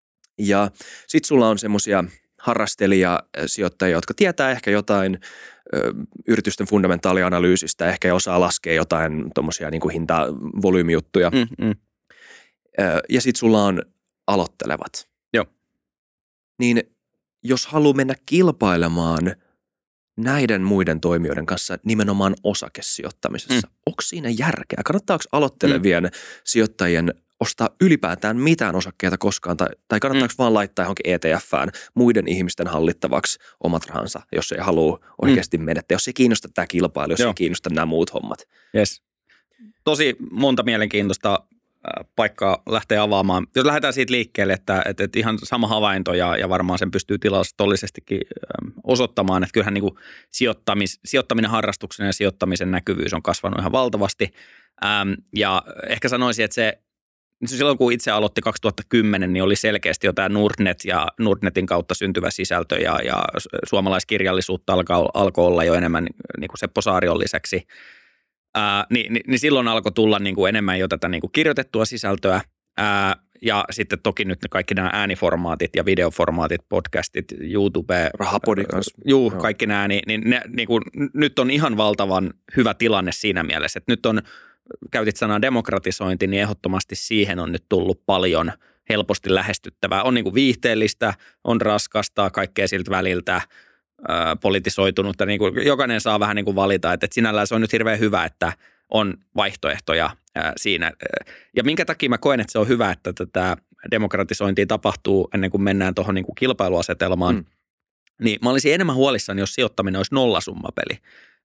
S1: Ja sitten sulla on semmoisia harrastelija-sijoittajia, jotka tietää ehkä jotain ö, yritysten fundamentaalianalyysistä, ehkä osaa laskea jotain tuommoisia niin kuin hinta-volyymijuttuja. Mm, mm. Ö, ja sitten sulla on aloittelevat.
S2: Joo.
S1: Niin jos haluaa mennä kilpailemaan näiden muiden toimijoiden kanssa nimenomaan osakesijoittamisessa, mm. onko siinä järkeä? Kannattaako aloittelevien mm. sijoittajien ostaa ylipäätään mitään osakkeita koskaan, tai, tai kannattaako mm. vaan laittaa johonkin E T F:ään muiden ihmisten hallittavaksi omat rahansa, jos ei halua oikeasti mm. menettää, jos ei kiinnosta tämä kilpailu, jos Joo. ei kiinnosta nämä muut hommat.
S2: Yes. Tosi monta mielenkiintoista paikkaa lähteä avaamaan. Jos lähdetään siitä liikkeelle, että, että, että ihan sama havainto ja, ja varmaan sen pystyy tilastollisestikin osoittamaan, että kyllähän niin kuin sijoittamis, sijoittaminen harrastuksena ja sijoittamisen näkyvyys on kasvanut ihan valtavasti. Ähm, ja ehkä sanoisin, että se silloin kun itse aloitti kaksituhattakymmenen, niin oli selkeästi jo tämä Nordnet ja Nordnetin kautta syntyvä sisältö ja, ja suomalaiskirjallisuutta alkoi alko olla jo enemmän niin kuin Seppo Saarion lisäksi. Ää, niin, niin, niin silloin alkoi tulla niin kuin enemmän jo tätä niin kuin kirjoitettua sisältöä ää, ja sitten toki nyt kaikki nämä ääniformaatit ja videoformaatit, podcastit, YouTube.
S1: Rahapodi kanssa.
S2: Juu, no. kaikki nämä, niin, niin, ne, niin kuin, nyt on ihan valtavan hyvä tilanne siinä mielessä, että nyt on, käytit sanaa demokratisointi, niin ehdottomasti siihen on nyt tullut paljon helposti lähestyttävää. On niin kuin viihteellistä, on raskasta, kaikkea siltä väliltä. Politisoitunutta, niin kuin jokainen saa vähän niin kuin valita, että sinällään se on nyt hirveän hyvä, että on vaihtoehtoja siinä. Ja minkä takia mä koen, että se on hyvä, että tätä demokratisointia tapahtuu ennen kuin mennään tuohon niin kuin kilpailuasetelmaan, mm. niin mä olisin enemmän huolissani, jos sijoittaminen olisi nollasummapeli.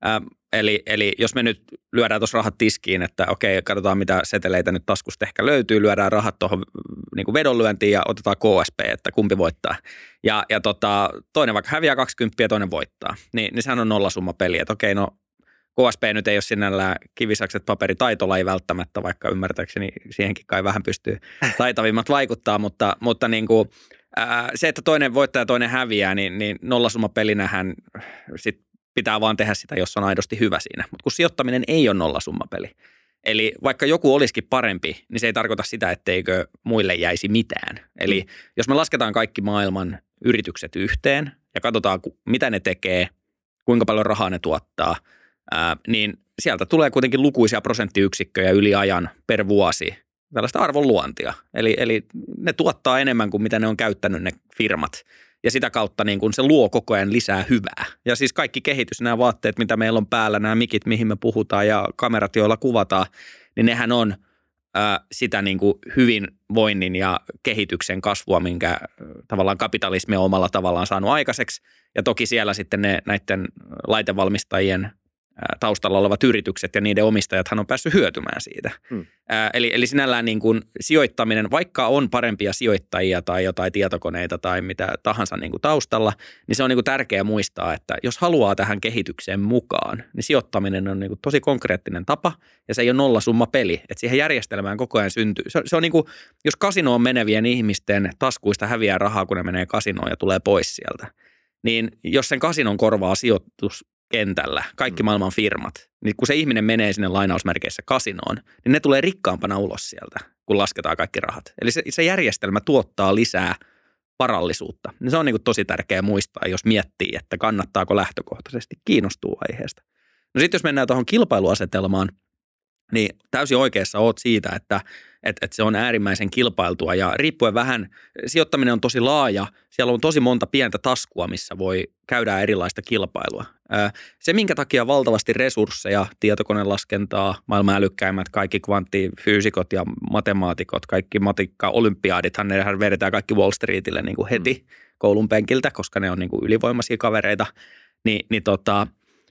S2: Äh, eli, eli jos me nyt lyödään tuossa rahat tiskiin, että okei, katsotaan mitä seteleitä nyt taskusta ehkä löytyy, lyödään rahat tuohon niin kuin vedonlyöntiin ja otetaan K S P, että kumpi voittaa. Ja, ja tota, toinen vaikka häviää kaksikymmentä ja toinen voittaa. Niin, niin sehän on nollasumma peli, että okei, no K S P nyt ei ole sinällään kivisakset paperitaitolaji välttämättä, vaikka ymmärtääkseni siihenkin kai vähän pystyy taitavimmat vaikuttaa, mutta, mutta niin kuin, ää, se, että toinen voittaa ja toinen häviää, niin, niin nollasummapelinähän sit pitää vaan tehdä sitä, jos on aidosti hyvä siinä. Mutta kun sijoittaminen ei ole nollasummapeli. Eli vaikka joku olisikin parempi, niin se ei tarkoita sitä, etteikö muille jäisi mitään. Eli mm. jos me lasketaan kaikki maailman yritykset yhteen ja katsotaan, mitä ne tekee, kuinka paljon rahaa ne tuottaa, ää, niin sieltä tulee kuitenkin lukuisia prosenttiyksikköjä yli ajan per vuosi tällaista arvonluontia. Eli, eli ne tuottaa enemmän kuin mitä ne on käyttänyt ne firmat. Ja sitä kautta niin kun se luo koko ajan lisää hyvää. Ja siis kaikki kehitys, nämä vaatteet, mitä meillä on päällä, nämä mikit, mihin me puhutaan ja kamerat, joilla kuvataan, niin nehän on ää, sitä niin kuin hyvinvoinnin ja kehityksen kasvua, minkä ää, tavallaan kapitalismi on omalla tavallaan saanut aikaiseksi. Ja toki siellä sitten ne näiden laitevalmistajien taustalla olevat yritykset ja niiden omistajathan on päässyt hyötymään siitä. Hmm. Ää, eli, eli sinällään niin kuin sijoittaminen, vaikka on parempia sijoittajia tai jotain tietokoneita tai mitä tahansa niin kuin taustalla, niin se on niin kuin tärkeää muistaa, että jos haluaa tähän kehitykseen mukaan, niin sijoittaminen on niin kuin tosi konkreettinen tapa ja se ei ole nollasumma peli, että siihen järjestelmään koko ajan syntyy. Se, se on niin kuin, jos kasinoon menevien ihmisten taskuista häviää rahaa, kun ne menee kasinoon ja tulee pois sieltä, niin jos sen kasinon korvaa sijoitus kentällä, kaikki maailman firmat, niin kun se ihminen menee sinne lainausmerkeissä kasinoon, niin ne tulee rikkaampana ulos sieltä, kun lasketaan kaikki rahat. Eli se, se järjestelmä tuottaa lisää varallisuutta. Se on niin kuin tosi tärkeää muistaa, jos miettii, että kannattaako lähtökohtaisesti kiinnostua aiheesta. No sitten jos mennään tuohon kilpailuasetelmaan, niin täysin oikeassa oot siitä, että, että, että se on äärimmäisen kilpailtua ja riippuen vähän, sijoittaminen on tosi laaja, siellä on tosi monta pientä taskua, missä voi käydä erilaista kilpailua. Se, minkä takia valtavasti resursseja, tietokonelaskentaa, maailman älykkäimmät, kaikki kvanttifyysikot ja matemaatikot, kaikki matikka-olympiaadithan, nehän vedetään kaikki Wall Streetille niin kuin heti mm. koulun penkiltä, koska ne on niin kuin ylivoimaisia kavereita, niin, niin tota,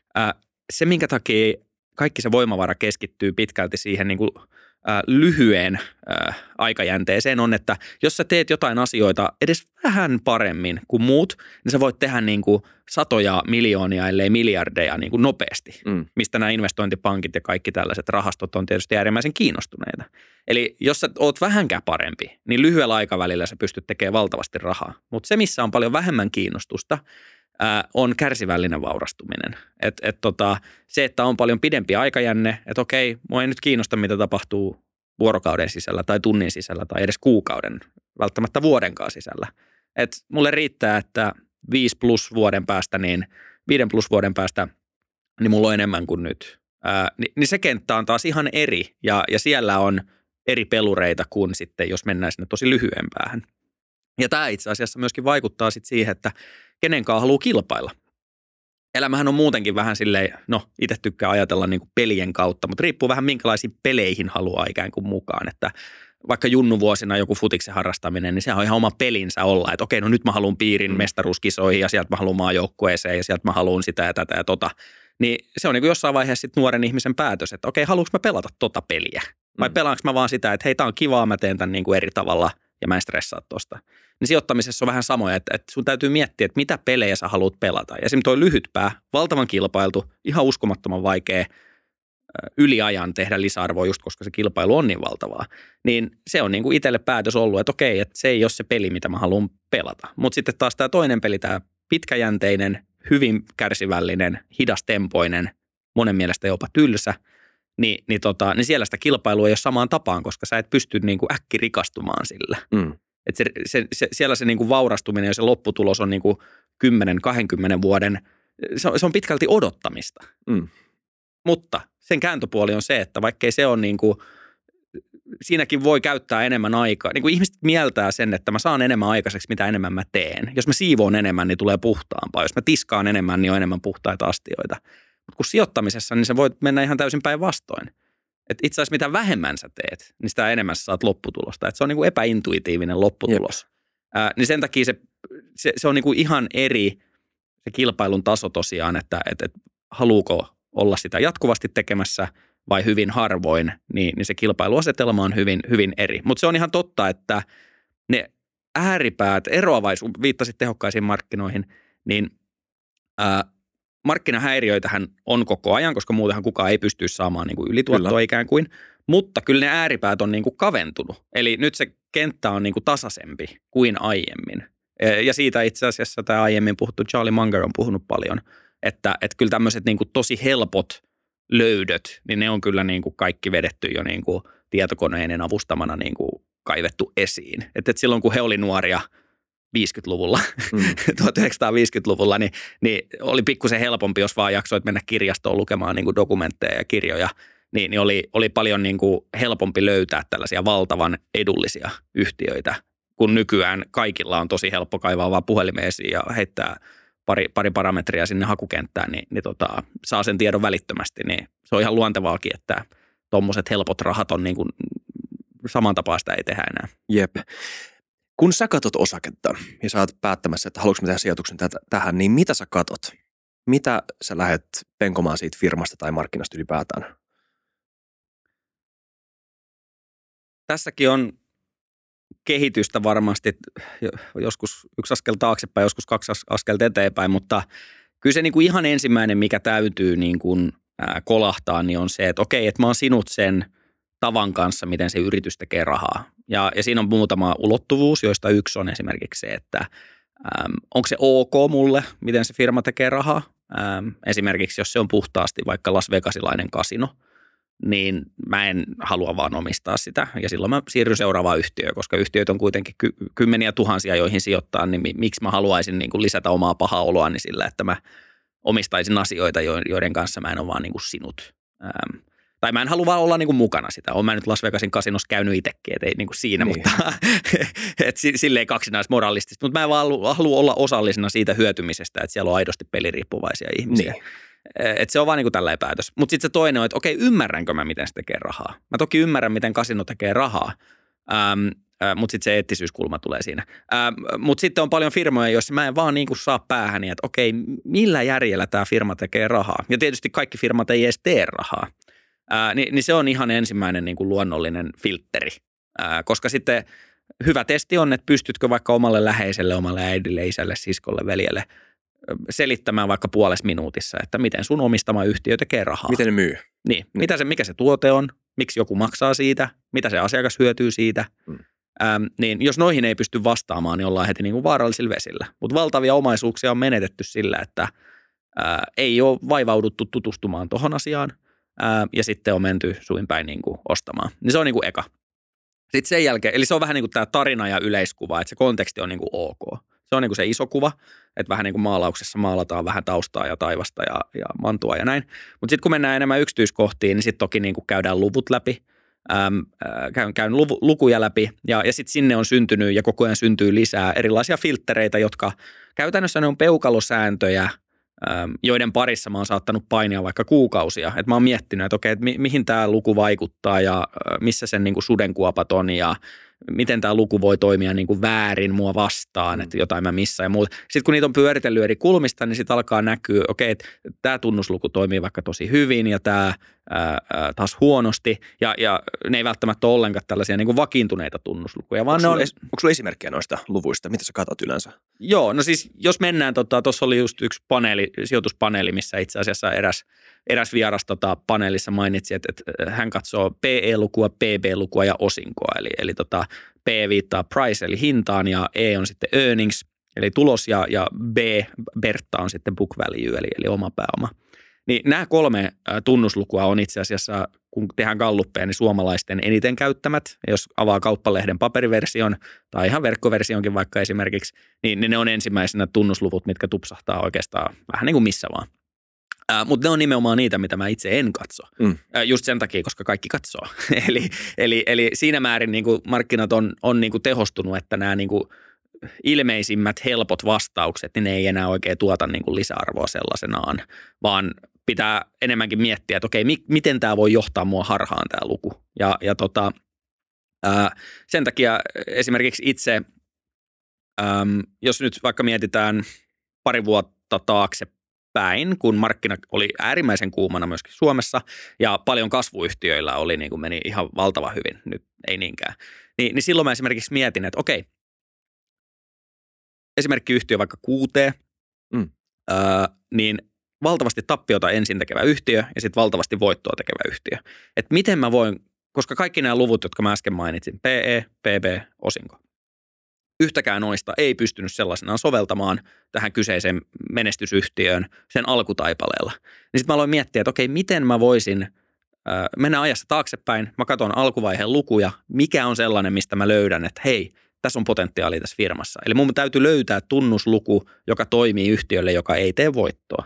S2: se, minkä takia kaikki se voimavara keskittyy pitkälti siihen niin kuin, ä, lyhyen ä, aikajänteeseen on, että jos sä teet jotain asioita edes vähän paremmin kuin muut, niin sä voit tehdä niin kuin satoja miljoonia, ellei miljardeja niin kuin nopeasti, mm. mistä nämä investointipankit ja kaikki tällaiset rahastot on tietysti äärimmäisen kiinnostuneita. Eli jos sä oot vähänkään parempi, niin lyhyellä aikavälillä sä pystyt tekemään valtavasti rahaa. Mutta se, missä on paljon vähemmän kiinnostusta, on kärsivällinen vaurastuminen. Et, et tota, se, että on paljon pidempi aikajänne, että okei, mua ei nyt kiinnosta, mitä tapahtuu vuorokauden sisällä tai tunnin sisällä tai edes kuukauden, välttämättä vuodenkaan sisällä. Et mulle riittää, että viisi plus vuoden päästä, niin viiden plus vuoden päästä, niin mulla on enemmän kuin nyt. Ää, niin, niin se kenttä on taas ihan eri ja, ja siellä on eri pelureita kuin sitten, jos mennään sinne tosi lyhyen päähän. Ja tämä itse asiassa myöskin vaikuttaa sitten siihen, että kenenkaan haluaa kilpailla. Elämähän on muutenkin vähän silleen, no itse tykkää ajatella niin kuin pelien kautta, mutta riippuu vähän minkälaisiin peleihin haluaa ikään kuin mukaan. Että vaikka junnuvuosina joku futiksen harrastaminen, niin se on ihan oma pelinsä olla, että okei, no nyt mä haluan piirin mestaruuskisoihin ja sieltä mä haluan maajoukkueeseen ja sieltä mä haluan sitä ja tätä ja tota. Niin se on niin kuin jossain vaiheessa sitten nuoren ihmisen päätös, että okei, haluanko mä pelata tota peliä? Vai mm. pelaanko mä vaan sitä, että hei, tää on kivaa, mä teen tämän niin kuin eri tavalla ja mä en stressaa tosta. Niin sijoittamisessa on vähän samoja, että, että sun täytyy miettiä, että mitä pelejä sä haluat pelata. Ja esimerkiksi toi lyhyt pää, valtavan kilpailtu, ihan uskomattoman vaikea yliajan tehdä lisäarvoa just koska se kilpailu on niin valtavaa. Niin se on niin kuin itselle päätös ollut, että okei, että se ei ole se peli, mitä mä haluan pelata. Mutta sitten taas tämä toinen peli, tämä pitkäjänteinen, hyvin kärsivällinen, hidastempoinen, monen mielestä jopa tylsä, niin, niin, tota, niin siellä sitä kilpailua ei ole samaan tapaan, koska sä et pysty niin kuin äkki rikastumaan sillä. Mm. Et se, se, se, siellä se niin kuin vaurastuminen ja se lopputulos on niin kuin kymmenen kaksikymmentä vuoden, se on, se on pitkälti odottamista. Mm. Mutta sen kääntöpuoli on se, että vaikkei se on niin kuin, siinäkin voi käyttää enemmän aikaa. Niin kuin ihmiset mieltää sen, että mä saan enemmän aikaiseksi, mitä enemmän mä teen. Jos mä siivoon enemmän, niin tulee puhtaampaa. Jos mä tiskaan enemmän, niin on enemmän puhtaita astioita. Mutta kun sijoittamisessa, niin se voi mennä ihan täysin päinvastoin. Että itse asiassa mitä vähemmän sä teet, niin sitä enemmän sä saat lopputulosta. Että se on niin kuin epäintuitiivinen lopputulos. Ää, niin sen takia se, se, se on niin kuin ihan eri se kilpailun taso tosiaan, että et, et, haluuko olla sitä jatkuvasti tekemässä vai hyvin harvoin, niin, niin se kilpailuasetelma on hyvin, hyvin eri. Mutta se on ihan totta, että ne ääripäät, eroavaisuus, viittasit tehokkaisiin markkinoihin, niin ää, markkinahäiriöitähän on koko ajan, koska muutenhan kukaan ei pystyisi saamaan niin kuin ylituottoa kyllä. ikään kuin, mutta kyllä ne ääripäät on niin kuin kaventunut. Eli nyt se kenttä on niin kuin tasaisempi kuin aiemmin. Ja siitä itse asiassa tämä aiemmin puhuttu Charlie Munger on puhunut paljon, että, että kyllä tämmöiset niin kuin tosi helpot löydöt, niin ne on kyllä niin kuin kaikki vedetty jo niin kuin tietokoneiden avustamana niin kuin kaivettu esiin. Että, että silloin kun he oli nuoria viisikymmentäluvulla, mm. tuhatyhdeksänsataaviisikymmentäluvulla, niin, niin oli pikkusen helpompi, jos vaan jaksoit mennä kirjastoon lukemaan niin kuin dokumentteja ja kirjoja, niin, niin oli, oli paljon niin kuin helpompi löytää tällaisia valtavan edullisia yhtiöitä, kun nykyään kaikilla on tosi helppo kaivaa vaan puhelimeen esiin ja heittää pari, pari parametria sinne hakukenttään, niin, niin tota, saa sen tiedon välittömästi, niin se on ihan luontevaakin, että tuommoiset helpot rahat on niin kuin samantapaista ei tehdä enää.
S1: Jep. Kun sä katot osaketta ja sä oot päättämässä, että haluatko mä tehdä sijoituksen täh- tähän, niin mitä sä katot? Mitä sä lähdet penkomaan siitä firmasta tai markkinasta ylipäätään?
S2: Tässäkin on kehitystä varmasti, joskus yksi askel taaksepäin, joskus kaksi askelta eteenpäin, mutta kyllä se niin kuin ihan ensimmäinen, mikä täytyy niin kuin kolahtaa, niin on se, että okei, että mä oon sinut sen tavan kanssa, miten se yritys tekee rahaa. Ja, ja siinä on muutama ulottuvuus, joista yksi on esimerkiksi se, että äm, onko se ok mulle, miten se firma tekee rahaa. Äm, esimerkiksi jos se on puhtaasti vaikka Las Vegasilainen kasino, niin mä en halua vaan omistaa sitä. Ja silloin mä siirryn seuraavaan yhtiöön, koska yhtiöt on kuitenkin ky- kymmeniä tuhansia, joihin sijoittaa, niin miksi mä haluaisin niin kuin lisätä omaa pahaa oloani sillä, että mä omistaisin asioita, joiden kanssa mä en ole vaan niin kuin sinut. Ähm, tai mä en halua vaan olla niin kuin mukana sitä. Olen mä nyt Las Vegasin kasinossa käynyt itsekin, et ei niin kuin siinä, niin. mutta et silleen kaksinaismoralistista. Mutta mä en vaan halua olla osallisena siitä hyötymisestä, että siellä on aidosti peliriippuvaisia ihmisiä. Niin. Että se on vaan niin kuin tällainen päätös. Mutta sitten se toinen on, että okei, ymmärränkö mä, miten se tekee rahaa? Mä toki ymmärrän, miten kasino tekee rahaa, ähm, äh, mutta sitten se eettisyyskulma tulee siinä. Ähm, mutta sitten on paljon firmoja, joissa mä en vaan niin kuin saa päähäni, että okei, millä järjellä tämä firma tekee rahaa? Ja tietysti kaikki firmat ei edes tee rahaa. Äh, niin, niin se on ihan ensimmäinen niin kuin luonnollinen filtteri, äh, koska sitten hyvä testi on, että pystytkö vaikka omalle läheiselle, omalle äidille, isälle, siskolle, veljelle selittämään vaikka puolessa minuutissa, että miten sun omistama yhtiö tekee rahaa.
S1: Miten ne myy.
S2: Niin, mm. mitä se, mikä se tuote on, miksi joku maksaa siitä, mitä se asiakas hyötyy siitä. Mm. Ähm, niin jos noihin ei pysty vastaamaan, niin ollaan heti niin kuin vaarallisilla vesillä. Mutta valtavia omaisuuksia on menetetty sillä, että ää, ei ole vaivauduttu tutustumaan tuohon asiaan ää, ja sitten on menty suin päin niin kuin ostamaan. Niin se on niin kuin eka. Sitten sen jälkeen, eli se on vähän niin kuin tämä tarina ja yleiskuva, että se konteksti on niin kuin ok. Se on niin kuin se iso kuva, että vähän niin kuin maalauksessa maalataan vähän taustaa ja taivasta ja, ja mantua ja näin. Mutta sitten kun mennään enemmän yksityiskohtiin, niin sitten toki niin kuin käydään luvut läpi, äm, äh, käyn, käyn luvu, lukuja läpi ja, ja sitten sinne on syntynyt ja koko ajan syntyy lisää erilaisia filttereitä, jotka käytännössä ne on peukalosääntöjä, äm, joiden parissa mä oon saattanut painia vaikka kuukausia. Että mä oon miettinyt, että okei, että mi, mihin tämä luku vaikuttaa ja äh, missä sen niin kuin sudenkuopat on ja miten tämä luku voi toimia niin kuin väärin mua vastaan, mm. että jotain mä missään ja muuta. Sitten kun niitä on pyöritellyt eri kulmista, niin sitten alkaa näkyä, okei, että tämä tunnusluku toimii vaikka tosi hyvin ja tämä ää, ää, taas huonosti. Ja, ja ne ei välttämättä ole ollenkaan tällaisia niin kuin vakiintuneita tunnuslukuja, vaan
S1: onko
S2: ne on...
S1: Sulla, onko sulla esimerkkejä noista luvuista? Mitä sä katsot yleensä?
S2: Joo, no siis jos mennään, tuossa tota, oli just yksi paneeli, sijoituspaneeli, missä itse asiassa eräs, eräs vieras tota, paneelissa mainitsi, että, että hän katsoo P E-lukua, P B-lukua ja osinkoa. Eli, eli tota, P viittaa price eli hintaan ja E on sitten earnings eli tulos ja, ja B, Bertta on sitten book value eli, eli oma pääoma. Niin nämä kolme tunnuslukua on itse asiassa, kun tehdään galluppeja, niin suomalaisten eniten käyttämät. Ja jos avaa Kauppalehden paperiversion tai ihan verkkoversionkin vaikka esimerkiksi, niin ne on ensimmäisenä tunnusluvut, mitkä tupsahtaa oikeastaan vähän niin kuin missä vaan. Uh, mutta ne on nimenomaan niitä, mitä mä itse en katso. Mm. Uh, just sen takia, koska kaikki katsoo. eli, eli, eli siinä määrin niin kuin markkinat on, on niin kuin tehostunut, että nämä niin kuin ilmeisimmät helpot vastaukset, niin ne ei enää oikein tuota niin kuin lisäarvoa sellaisenaan, vaan pitää enemmänkin miettiä, että okei, mi- miten tämä voi johtaa mua harhaan tämä luku. Ja, ja tota, uh, sen takia esimerkiksi itse, um, jos nyt vaikka mietitään pari vuotta taakse taaksepäin, kun markkina oli äärimmäisen kuumana myöskin Suomessa ja paljon kasvuyhtiöillä oli, niin kuin meni ihan valtavan hyvin, nyt ei niinkään. Ni, niin silloin mä esimerkiksi mietin, että okei, esimerkki yhtiö vaikka Q T, mm. öö, niin valtavasti tappiota ensin tekevä yhtiö ja sitten valtavasti voittoa tekevä yhtiö. Että miten mä voin, koska kaikki nämä luvut, jotka mä äsken mainitsin, P E, P B, osinko, yhtäkään noista ei pystynyt sellaisenaan soveltamaan tähän kyseiseen menestysyhtiöön sen alkutaipaleella. Niin sitten mä aloin miettiä, että okei, miten mä voisin äh, mennä ajassa taaksepäin, mä katson alkuvaiheen lukuja, mikä on sellainen, mistä mä löydän, että hei, tässä on potentiaalia tässä firmassa. Eli mun täytyy löytää tunnusluku, joka toimii yhtiölle, joka ei tee voittoa.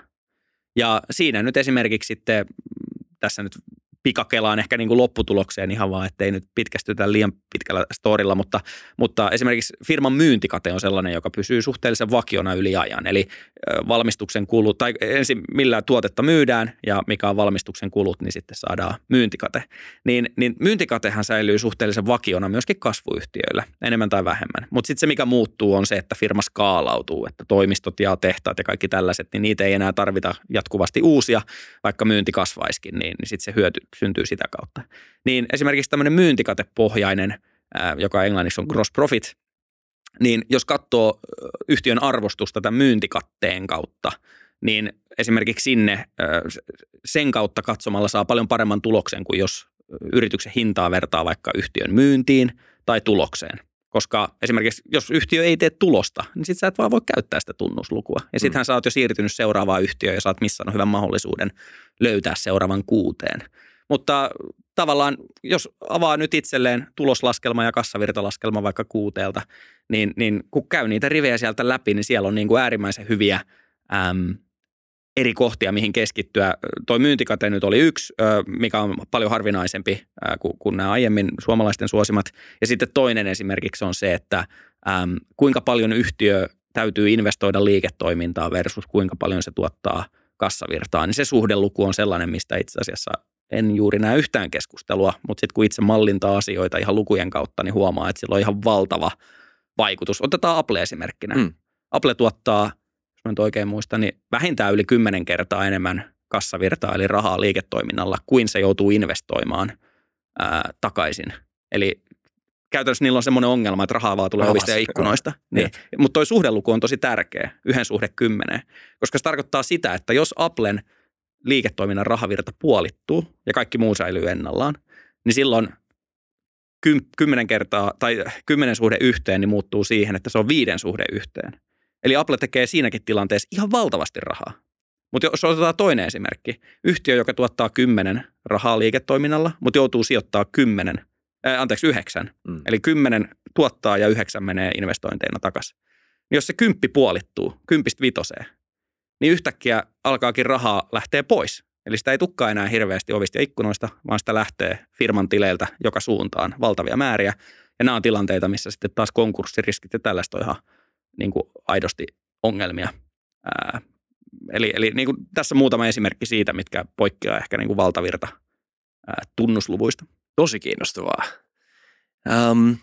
S2: Ja siinä nyt esimerkiksi sitten, tässä nyt pikakelaan ehkä niin kuin lopputulokseen ihan vaan, ettei nyt pitkästytä liian pitkällä storilla, mutta, mutta esimerkiksi firman myyntikate on sellainen, joka pysyy suhteellisen vakiona yli ajan. Eli valmistuksen kulut, tai ensin millä tuotetta myydään ja mikä on valmistuksen kulut, niin sitten saadaan myyntikate. Niin, niin myyntikatehan säilyy suhteellisen vakiona myöskin kasvuyhtiöillä, enemmän tai vähemmän. Mutta sitten se, mikä muuttuu, on se, että firma skaalautuu, että toimistot ja tehtaat ja kaikki tällaiset, niin niitä ei enää tarvita jatkuvasti uusia, vaikka myynti kasvaisikin, niin, niin sitten se hyöty syntyy sitä kautta. Niin esimerkiksi tämmöinen myyntikatepohjainen, ää, joka englanniksi on gross profit, niin jos katsoo yhtiön arvostusta tämän myyntikatteen kautta, niin esimerkiksi sinne ää, sen kautta katsomalla saa paljon paremman tuloksen kuin jos yrityksen hintaa vertaa vaikka yhtiön myyntiin tai tulokseen. Koska esimerkiksi jos yhtiö ei tee tulosta, niin sit sä et vaan voi käyttää sitä tunnuslukua. Ja sittenhän mm. sä oot jo siirtynyt seuraavaan yhtiöön ja sä oot missannut hyvän mahdollisuuden löytää seuraavan kuuteen. Mutta tavallaan, jos avaa nyt itselleen tuloslaskelma ja kassavirtalaskelma vaikka kuuteelta, niin, niin kun käy niitä rivejä sieltä läpi, niin siellä on niin kuin äärimmäisen hyviä äm, eri kohtia, mihin keskittyä. Toi myyntikate nyt oli yksi, mikä on paljon harvinaisempi kuin nämä aiemmin suomalaisten suosimat. Ja sitten toinen esimerkiksi on se, että äm, kuinka paljon yhtiö täytyy investoida liiketoimintaan versus kuinka paljon se tuottaa kassavirtaa. Niin se suhdeluku on sellainen, mistä itse asiassa en juuri näe yhtään keskustelua, mutta sitten kun itse mallintaa asioita ihan lukujen kautta, niin huomaa, että sillä on ihan valtava vaikutus. Otetaan Apple esimerkkinä. Mm. Apple tuottaa, jos mä nyt oikein muistan, niin vähintään yli kymmenen kertaa enemmän kassavirtaa, eli rahaa liiketoiminnalla, kuin se joutuu investoimaan ää, takaisin. Eli käytännössä niillä on semmoinen ongelma, että rahaa vaan tulee ovista ja ikkunoista. Niin. Mutta toi suhdeluku on tosi tärkeä, yhden suhde kymmeneen, koska se tarkoittaa sitä, että jos Applen liiketoiminnan rahavirta puolittuu ja kaikki muu säilyy ennallaan, niin silloin kymmenen kertaa tai kymmenen suhde yhteen niin muuttuu siihen, että se on viiden suhde yhteen. Eli Apple tekee siinäkin tilanteessa ihan valtavasti rahaa. Mutta jos otetaan toinen esimerkki, yhtiö, joka tuottaa kymmenen rahaa liiketoiminnalla, mutta joutuu sijoittaa kymmenen, äh, anteeksi yhdeksän, mm. eli kymmenen tuottaa ja yhdeksän menee investointeina takaisin. Niin jos se kymppi puolittuu, kympistä vitoseen, niin yhtäkkiä alkaakin rahaa lähtee pois. Eli sitä ei tukkaa enää hirveästi ovista ja ikkunoista, vaan sitä lähtee firman tileiltä joka suuntaan valtavia määriä. Ja nämä on tilanteita, missä sitten taas konkurssiriskit ja tällaista on ihan niin kuin aidosti ongelmia. Ää, eli eli niin kuin tässä muutama esimerkki siitä, mitkä poikkeaa ehkä niin kuin valtavirta ää, tunnusluvuista.
S1: Tosi kiinnostavaa. Um,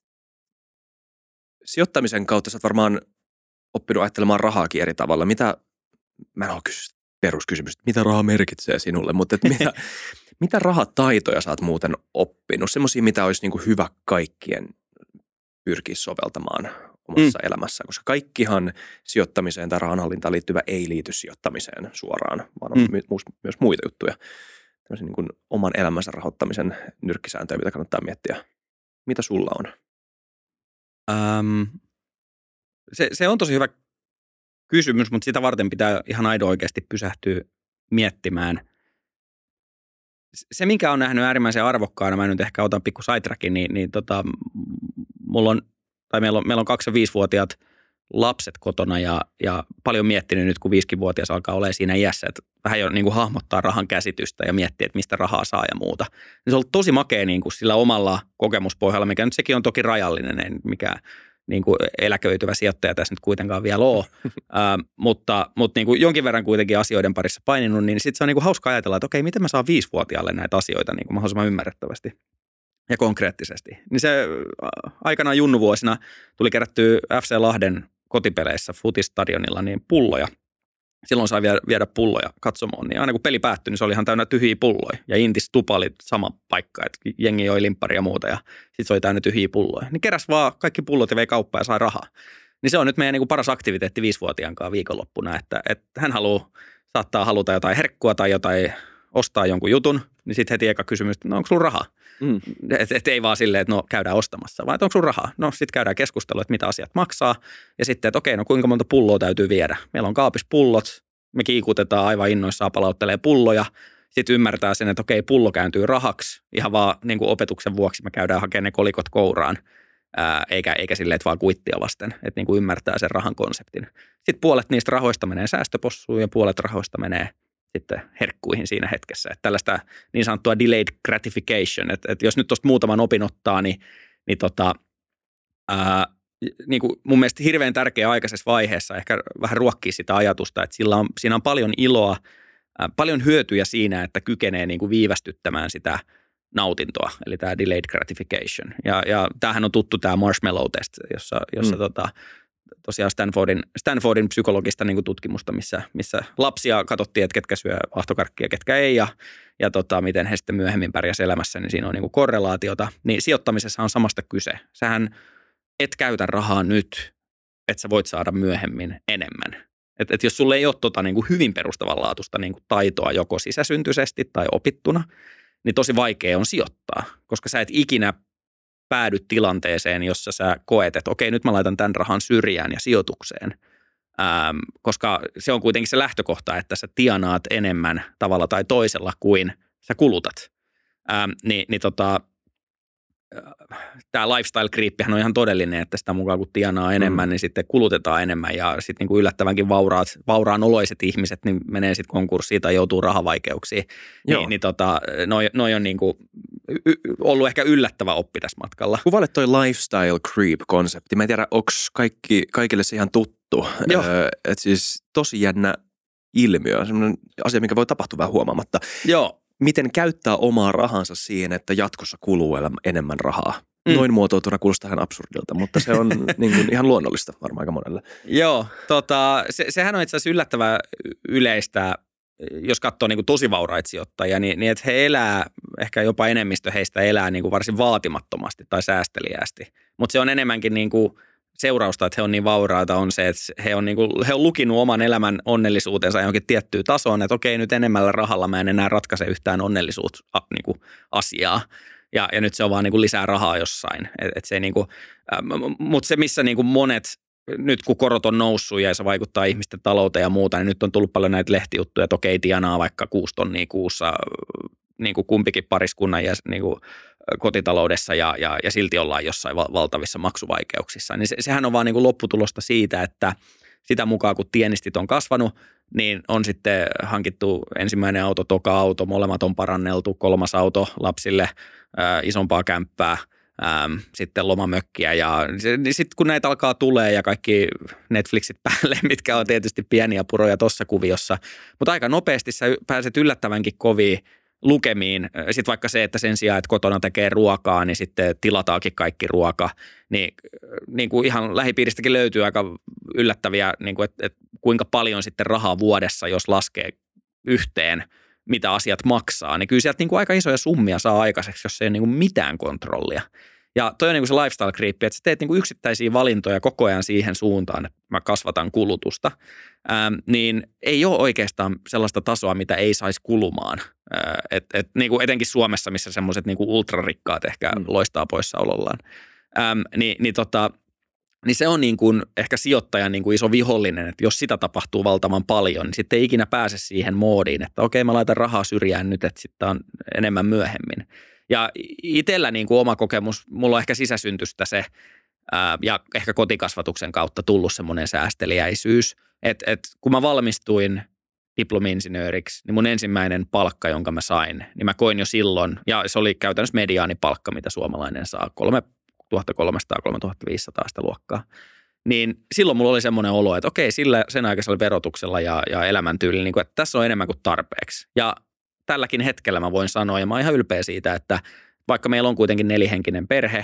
S1: sijoittamisen kautta sä oot varmaan oppinut ajattelemaan rahaakin eri tavalla. Mitä, mä en ole kysynyt peruskysymys, mitä raha merkitsee sinulle, mutta että mitä, mitä rahataitoja sä oot muuten oppinut? Semmoisia, mitä olisi niin kuin hyvä kaikkien pyrkiä soveltamaan omassa mm. elämässä, koska kaikkihan sijoittamiseen tai rahanhallintaan liittyvä ei liity sijoittamiseen suoraan, vaan on mm. my- myös muita juttuja. Tämmöisen niin kuin oman elämänsä rahoittamisen nyrkkisääntöjä, mitä kannattaa miettiä. Mitä sulla on?
S2: Um, se, se on tosi hyvä kysymys, mutta sitä varten pitää ihan aido oikeasti pysähtyä miettimään. Se, minkä on nähnyt äärimmäisen arvokkaana, mä nyt ehkä otan pikku sidetrackin, niin, niin tota, mulla on, tai meillä on, meillä on kaksi- ja viisivuotiaat lapset kotona ja, ja paljon miettinyt nyt, kun viisivuotias alkaa olla siinä iässä, että vähän jo niin kuin hahmottaa rahan käsitystä ja miettiä, että mistä rahaa saa ja muuta. Niin se on ollut tosi makea niin kuin sillä omalla kokemuspohjalla, mikä nyt sekin on toki rajallinen, ei mikään niin kuin eläköityvä sijoittaja tässä nyt kuitenkaan vielä ole, äh, mutta, mutta niin kuin jonkin verran kuitenkin asioiden parissa paininut, niin sitten se on niin kuin hauska ajatella, että okei, miten mä saan viisivuotiaalle näitä asioita niin kuin mahdollisimman ymmärrettävästi ja konkreettisesti. Niin se äh, aikanaan junnuvuosina tuli kerättyä F C Lahden kotipeleissä Futistadionilla niin pulloja silloin sai viedä, viedä pulloja katsomoon, niin aina kun peli päättyi, niin se oli ihan täynnä tyhjiä pulloja. Ja Intis tupa oli sama paikka, että jengi joi limpparia ja muuta, ja sitten se oli täynnä tyhjiä pulloja. Niin keräs vaan kaikki pullot ja vei kauppaan ja sai rahaa. Niin se on nyt meidän niin kuin paras aktiviteetti viisivuotiaankaan viikonloppuna, että, että hän haluaa, saattaa haluta jotain herkkua tai jotain, ostaa jonkun jutun, niin sitten heti eka kysymys, että no onko sulla rahaa? Mm. Että et ei vaan silleen, että no käydään ostamassa, vaan että onko sulla rahaa? No sitten käydään keskustelua, että mitä asiat maksaa. Ja sitten, että okei, no kuinka monta pulloa täytyy viedä. Meillä on kaapissa pullot, me kiikutetaan aivan innoissaan, palauttelee pulloja. Sitten ymmärtää sen, että okei, pullo kääntyy rahaksi. Ihan vaan niin kuin opetuksen vuoksi me käydään hakemaan ne kolikot kouraan. Ää, eikä, eikä silleen, että vaan kuittia vasten, että niin kuin ymmärtää sen rahan konseptin. Sitten puolet niistä rahoista menee säästöpossuun ja puolet rahoista menee sitten herkkuihin siinä hetkessä. Että tällaista niin sanottua delayed gratification, että, että jos nyt tuosta muutaman opin ottaa, niin, niin tota, ää, niin kuin mun mielestä hirveän tärkeä aikaisessa vaiheessa ehkä vähän ruokkii sitä ajatusta, että sillä on, siinä on paljon iloa, ää, paljon hyötyjä siinä, että kykenee niin kuin viivästyttämään sitä nautintoa, eli tämä delayed gratification. Ja, ja tämähän on tuttu tämä marshmallow test, jossa, jossa mm. tota, tosiaan Stanfordin, Stanfordin psykologista niin kuin tutkimusta, missä, missä lapsia katsottiin, että ketkä syö ahtokarkkia, ketkä ei, ja, ja tota, miten he sitten myöhemmin pärjäsivät elämässä, niin siinä on niin kuin korrelaatiota. Niin sijoittamisessa on samasta kyse. Sähän et käytä rahaa nyt, että sä voit saada myöhemmin enemmän. Et, et jos sulle ei ole tota, niin kuin hyvin perustavanlaatuista niin kuin taitoa joko sisäsyntyisesti tai opittuna, niin tosi vaikea on sijoittaa, koska sä et ikinä päädy tilanteeseen, jossa sä koet, että okei, nyt mä laitan tämän rahan syrjään ja sijoitukseen, ähm, koska se on kuitenkin se lähtökohta, että sä tienaat enemmän tavalla tai toisella kuin sä kulutat. Ähm, niin, niin tota, tämä lifestyle-kriippihän on ihan todellinen, että sitä mukaan kun tienaa enemmän, mm. niin sitten kulutetaan enemmän ja sitten niin kuin yllättävänkin vauraat, vauraan oloiset ihmiset niin menee sitten konkurssiin tai joutuu rahavaikeuksiin. Ni, niin tota, noi, noi on niin kuin y- ollut ehkä yllättävä oppi tässä matkalla.
S1: Kuvaile toi lifestyle creep-konsepti. Mä en tiedä, onko kaikki, kaikille se ihan tuttu. Öö, että siis tosi jännä ilmiö, semmoinen asia, mikä voi tapahtua vähän huomaamatta.
S2: Joo.
S1: Miten käyttää omaa rahansa siihen, että jatkossa kuluu enemmän rahaa. Mm. Noin muotoutuna kuulostaa ihan absurdilta, mutta se on niin kuin ihan luonnollista varmaan aika monelle.
S2: Joo, tota, se, sehän on itse asiassa yllättävän yleistä, jos katsoo niin kuin tosi vauraita sijoittajia, niin, niin että he elää, ehkä jopa enemmistö heistä elää niin kuin varsin vaatimattomasti tai säästeliäästi. Mutta se on enemmänkin niin kuin seurausta, että he on niin vauraita, on se, että he on, niin kuin, he on lukinut oman elämän onnellisuutensa johonkin tiettyyn tasoon, että okei, nyt enemmällä rahalla mä en enää ratkaise yhtään onnellisuutta niin kuin asiaa. Ja, ja nyt se on vaan niin kuin lisää rahaa jossain. Et, et se niin kuin, äh, mutta se, missä niin kuin monet, nyt kun korot on noussut ja se vaikuttaa ihmisten talouteen ja muuta, niin nyt on tullut paljon näitä lehtijuttuja, että okei, tienaa vaikka kuusi tonnia kuussa niin kuin kumpikin pariskunnan ja niin kuin kotitaloudessa ja, ja, ja silti ollaan jossain valtavissa maksuvaikeuksissa. Niin se, sehän on vaan niin kuin lopputulosta siitä, että sitä mukaan kun tienistit on kasvanut, niin on sitten hankittu ensimmäinen auto, toka auto, molemmat on paranneltu, kolmas auto lapsille, ää, isompaa kämppää, ää, sitten lomamökkiä ja niin sitten kun näitä alkaa tulee ja kaikki Netflixit päälle, mitkä on tietysti pieniä puroja tuossa kuviossa, mutta aika nopeasti sä pääset yllättävänkin koviin lukemiin. Sitten vaikka se, että sen sijaan, että kotona tekee ruokaa, niin sitten tilataakin kaikki ruoka, niin, niin kuin ihan lähipiiristäkin löytyy aika yllättäviä, niin kuin, että, että kuinka paljon sitten rahaa vuodessa, jos laskee yhteen, mitä asiat maksaa, niin kyllä sieltä niin kuin aika isoja summia saa aikaiseksi, jos ei ole niin kuin mitään kontrollia. Ja toi on niin kuin se lifestyle creep, että sä teet niin kuin yksittäisiä valintoja koko ajan siihen suuntaan, että mä kasvatan kulutusta, ähm, niin ei ole oikeastaan sellaista tasoa, mitä ei saisi kulumaan. Äh, et, et, niin kuin etenkin Suomessa, missä semmoiset niin kuin ultrarikkaat ehkä mm. loistaa poissaolollaan. Ähm, niin, niin, tota, niin se on niin kuin ehkä sijoittajan niin kuin iso vihollinen, että jos sitä tapahtuu valtavan paljon, niin sitten ei ikinä pääse siihen moodiin, että okei, mä laitan rahaa syrjään nyt, että sitten on enemmän myöhemmin. Ja itsellä niin kuin oma kokemus, mulla on ehkä sisäsyntystä se ää, ja ehkä kotikasvatuksen kautta tullut semmoinen säästeliäisyys, että et, kun mä valmistuin diplomi-insinööriksi, niin mun ensimmäinen palkka, jonka mä sain, niin mä koin jo silloin, ja se oli käytännössä mediaanipalkka, mitä suomalainen saa, kolmetuhattakolmesataa kolmetuhattaviisisataa sitä luokkaa. Niin silloin mulla oli semmoinen olo, että okei, sillä sen aikaisella verotuksella ja, ja elämäntyylillä, niin kuin, että tässä on enemmän kuin tarpeeksi. Ja tälläkin hetkellä mä voin sanoa, ja mä oon ihan ylpeä siitä, että vaikka meillä on kuitenkin nelihenkinen perhe,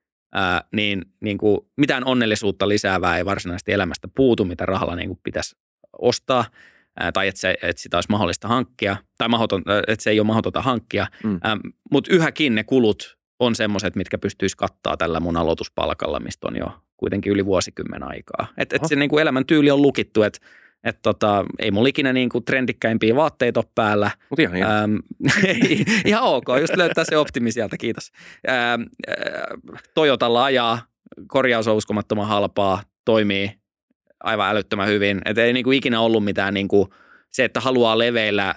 S2: ää, niin, niin kuin mitään onnellisuutta lisäävää ei varsinaisesti elämästä puutu, mitä rahalla niin kuin pitäisi ostaa. ää, tai että, se, että sitä olisi mahdollista hankkia, tai mahdoton, että se ei ole mahdotonta hankkia, mm. mutta yhäkin ne kulut on semmoiset, mitkä pystyisi kattaa tällä mun aloituspalkalla, mistä on jo kuitenkin yli vuosikymmen aikaa. Että et se niin kuin elämäntyyli on lukittu, että et tota, ei mulla ikinä niin kuin trendikkäimpiä vaatteita ole päällä.
S1: Mutta ihan
S2: ähm, ihan ok, just löytää se optimi sieltä, kiitos. Ähm, äh, Toyotalla ajaa, korjaus on uskomattoman halpaa, toimii aivan älyttömän hyvin. Että ei niin kuin ikinä ollut mitään niin kuin se, että haluaa leveillä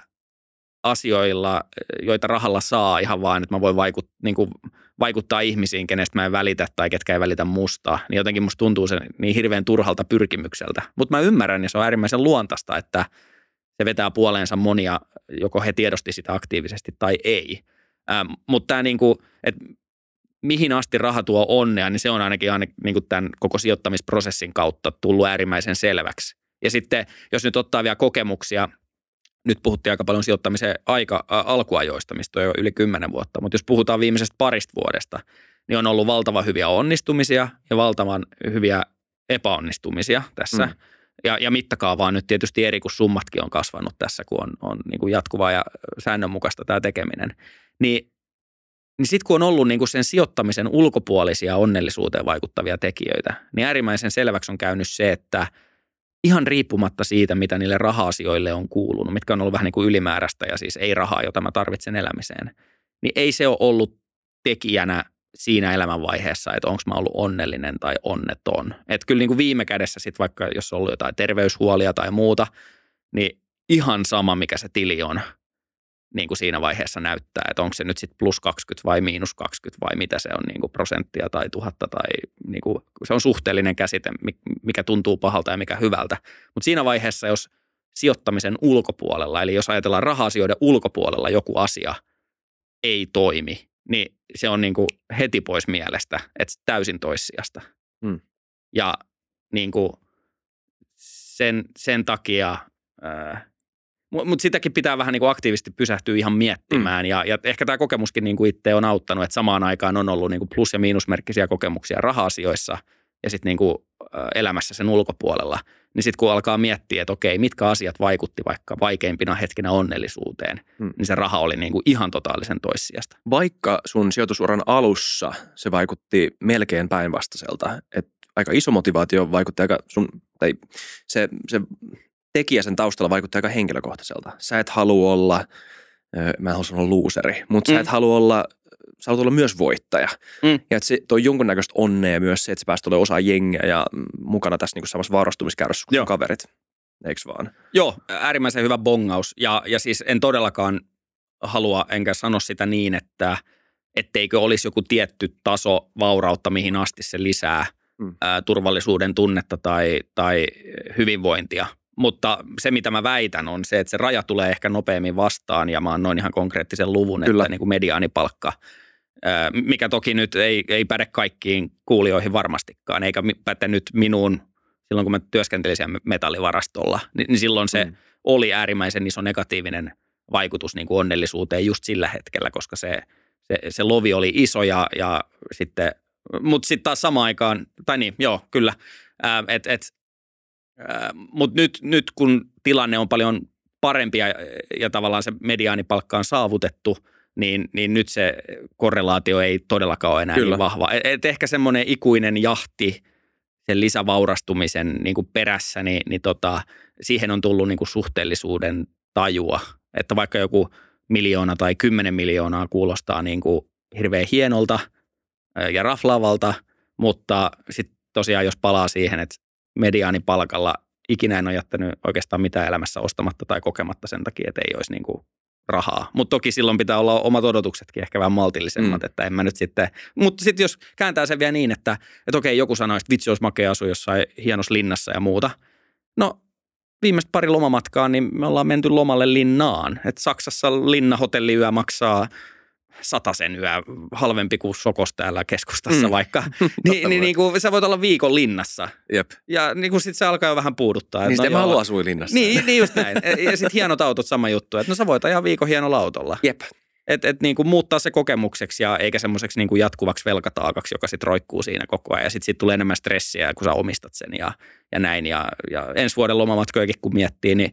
S2: asioilla, joita rahalla saa ihan vaan, että mä voin vaikut, niin kuin vaikuttaa ihmisiin, kenestä mä en välitä tai ketkä ei välitä musta. Niin jotenkin musta tuntuu se niin hirveän turhalta pyrkimykseltä. Mutta mä ymmärrän ja se on äärimmäisen luontaista, että se vetää puoleensa monia, joko he tiedosti sitä aktiivisesti tai ei. Ähm, mutta tämä niin kuin, että mihin asti raha tuo onnea, niin se on ainakin, ainakin niin kuin tämän koko sijoittamisprosessin kautta tullut äärimmäisen selväksi. Ja sitten jos nyt ottaa vielä kokemuksia, nyt puhuttiin aika paljon sijoittamisen aika ä, alkuajoista, mistä on jo yli kymmenen vuotta, mutta jos puhutaan viimeisestä parista vuodesta, niin on ollut valtavan hyviä onnistumisia ja valtavan hyviä epäonnistumisia tässä. Mm. Ja, ja mittakaava on nyt tietysti eri, kun summatkin on kasvanut tässä, kun on, on niin kuin jatkuvaa ja säännönmukaista tämä tekeminen. Niin, niin sitten kun on ollut niin kuin sen sijoittamisen ulkopuolisia onnellisuuteen vaikuttavia tekijöitä, niin äärimmäisen selväksi on käynyt se, että ihan riippumatta siitä, mitä niille raha-asioille on kuulunut, mitkä on ollut vähän niin kuin ylimääräistä ja siis ei rahaa, jota mä tarvitsen elämiseen, niin ei se ole ollut tekijänä siinä elämänvaiheessa, että onko mä ollut onnellinen tai onneton. Että kyllä niin kuin viime kädessä sitten vaikka, jos on ollut jotain terveyshuolia tai muuta, niin ihan sama, mikä se tili on, niin kuin siinä vaiheessa näyttää, että onko se nyt sitten plus kaksikymmentä vai miinus kaksikymmentä vai mitä se on niin kuin prosenttia tai tuhatta tai niin kuin, se on suhteellinen käsite, mikä tuntuu pahalta ja mikä hyvältä. Mutta siinä vaiheessa, jos sijoittamisen ulkopuolella, eli jos ajatellaan raha-asioiden ulkopuolella joku asia ei toimi, niin se on niin kuin heti pois mielestä, että täysin toissijasta. Hmm. Ja niin kuin sen, sen takia Ää, mutta sitäkin pitää vähän niin kuin aktiivisesti pysähtyä ihan miettimään. Mm. Ja, ja ehkä tämä kokemuskin niin kuin itse on auttanut, että samaan aikaan on ollut niin kuin plus- ja miinusmerkkisiä kokemuksia raha-asioissa ja sitten niin kuin elämässä sen ulkopuolella. Niin sitten kun alkaa miettiä, että okei, mitkä asiat vaikutti vaikka vaikeimpina hetkinä onnellisuuteen, mm. niin se raha oli niin kuin ihan totaalisen toissijasta.
S1: Vaikka sun sijoitusuran alussa se vaikutti melkein päinvastaiselta, että aika iso motivaatio vaikutti aika sun, tai se... se tekijä sen taustalla vaikuttaa aika henkilökohtaiselta. Sä et halua olla, mä en halua sanoa luuseri, mutta mm. sä et halua olla, sä haluat olla myös voittaja. Mm. Ja että se toi jonkunnäköistä onnea myös se, että sä pääst olemaan osa jengiä ja mukana tässä niinku samassa vaurastumiskäyrässä kuin kaverit. Eikö vaan?
S2: Joo, äärimmäisen hyvä bongaus. Ja, ja siis en todellakaan halua, enkä sano sitä niin, että etteikö olisi joku tietty taso vaurautta, mihin asti se lisää mm. ää, turvallisuuden tunnetta tai, tai hyvinvointia. Mutta se, mitä mä väitän, on se, että se raja tulee ehkä nopeammin vastaan ja mä annoin ihan konkreettisen luvun, Kyllä. että niin kuin mediaanipalkka, mikä toki nyt ei, ei päde kaikkiin kuulijoihin varmastikaan, eikä päte nyt minuun silloin, kun mä työskentelin siellä metallivarastolla, niin silloin se mm. oli äärimmäisen iso negatiivinen vaikutus niin kuin onnellisuuteen just sillä hetkellä, koska se, se, se lovi oli iso ja, ja sitten, mutta sitten taas samaan aikaan, tai niin, joo, kyllä, että et, mutta nyt, nyt kun tilanne on paljon parempi ja, ja tavallaan se mediaanipalkka on saavutettu, niin, niin nyt se korrelaatio ei todellakaan ole enää Kyllä. niin vahva. Et, et ehkä semmoinen ikuinen jahti sen lisävaurastumisen niin kuin perässä, niin, niin tota, siihen on tullut niin kuin suhteellisuuden tajua. Että vaikka joku miljoona tai kymmenen miljoonaa kuulostaa niin kuin hirveän hienolta ja raflaavalta, mutta sitten tosiaan jos palaa siihen, että mediaanipalkalla ikinä en ole jättänyt oikeastaan mitään elämässä ostamatta tai kokematta sen takia, että ei olisi niin kuin rahaa. Mutta toki silloin pitää olla omat odotuksetkin ehkä vähän maltillisemmat, mm. että en mä nyt sitten, mutta sitten jos kääntää sen vielä niin, että, että okei, joku sanoo, että vitsi, olisi makea asua jossain hienossa linnassa ja muuta. No viimeistä pari lomamatkaa, niin me ollaan menty lomalle linnaan. Että Saksassa linnahotelliyö maksaa satasen yö halvempi kuin Sokos täällä keskustassa mm. vaikka. Ni, niin, niin kuin, sä voit olla viikon linnassa.
S1: Jep.
S2: Ja niin kuin sit se alkaa jo vähän puuduttaa.
S1: Niin
S2: no,
S1: sitten mä haluan asua linnassa.
S2: Niin, niin just näin. Ja sitten hienot autot, sama juttu. Että no sä voit ajaa viikon hienolla autolla.
S1: Jep.
S2: Että et, niin kuin muuttaa se kokemukseksi ja eikä semmoiseksi niin kuin jatkuvaksi velkataakaksi, joka sitten roikkuu siinä koko ajan. Ja sitten siitä tulee enemmän stressiä, kun sä omistat sen ja, ja näin. Ja, ja ensi vuoden lomamatkojakin kun miettii, niin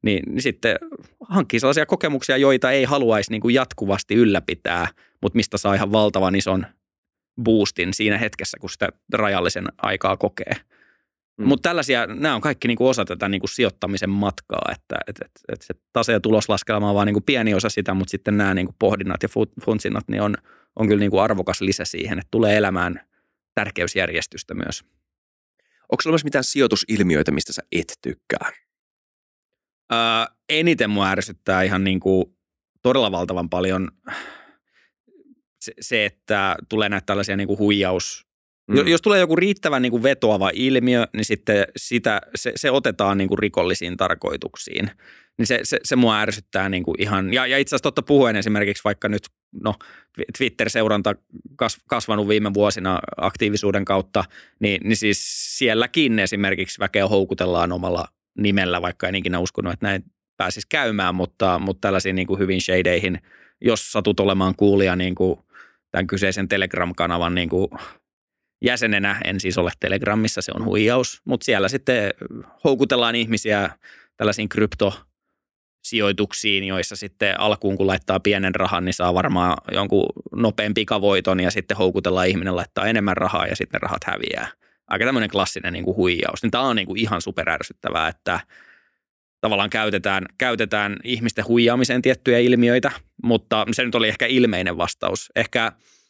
S2: niin, niin sitten hankkii sellaisia kokemuksia, joita ei haluaisi niin kuin jatkuvasti ylläpitää, mutta mistä saa ihan valtavan ison boostin siinä hetkessä, kun sitä rajallisen aikaa kokee. Mm. Mutta tällaisia, nämä on kaikki niinku osa tätä niinku sijoittamisen matkaa, että et, et, et se tase- ja tuloslaskelma on vaan niinku pieni osa sitä, mutta sitten nämä niinku pohdinnat ja funtsinnat niin on, on kyllä niinku arvokas lisä siihen, että tulee elämään tärkeysjärjestystä myös.
S1: Onko sulla myös mitään sijoitusilmiöitä, mistä sä et tykkää?
S2: Öö, eniten mua ärsyttää ihan niinku todella valtavan paljon se, se että tulee näitä tällaisia niinku huijaus. Mm. Jos tulee joku riittävän niin kuin vetoava ilmiö, niin sitten sitä, se, se otetaan niin kuin rikollisiin tarkoituksiin. Niin se, se, se mua ärsyttää niin kuin ihan, ja, ja itse asiassa totta puhuen esimerkiksi vaikka nyt, no Twitter-seuranta kas, kasvanut viime vuosina aktiivisuuden kautta, niin, niin siis sielläkin esimerkiksi väkeä houkutellaan omalla nimellä, vaikka en ikinä uskonut, että näin pääsisi käymään, mutta, mutta tällaisiin niin kuin hyvin shadeihin, jos satut olemaan kuulija niin kuin tämän kyseisen Telegram-kanavan niin kuin jäsenenä, en siis ole Telegramissa, se on huijaus, mutta siellä sitten houkutellaan ihmisiä tällaisiin kryptosijoituksiin, joissa sitten alkuun kun laittaa pienen rahan, niin saa varmaan jonkun nopean pikavoiton ja sitten houkutellaan ihminen laittaa enemmän rahaa ja sitten ne rahat häviää. Aika tämmöinen klassinen niin kuin huijaus. Niin tämä on niin kuin ihan superärsyttävää, että tavallaan käytetään, käytetään ihmisten huijaamiseen tiettyjä ilmiöitä, mutta se nyt oli ehkä ilmeinen vastaus. Ehkä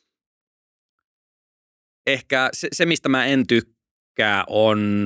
S2: Ehkä se, se, mistä mä en tykkää, on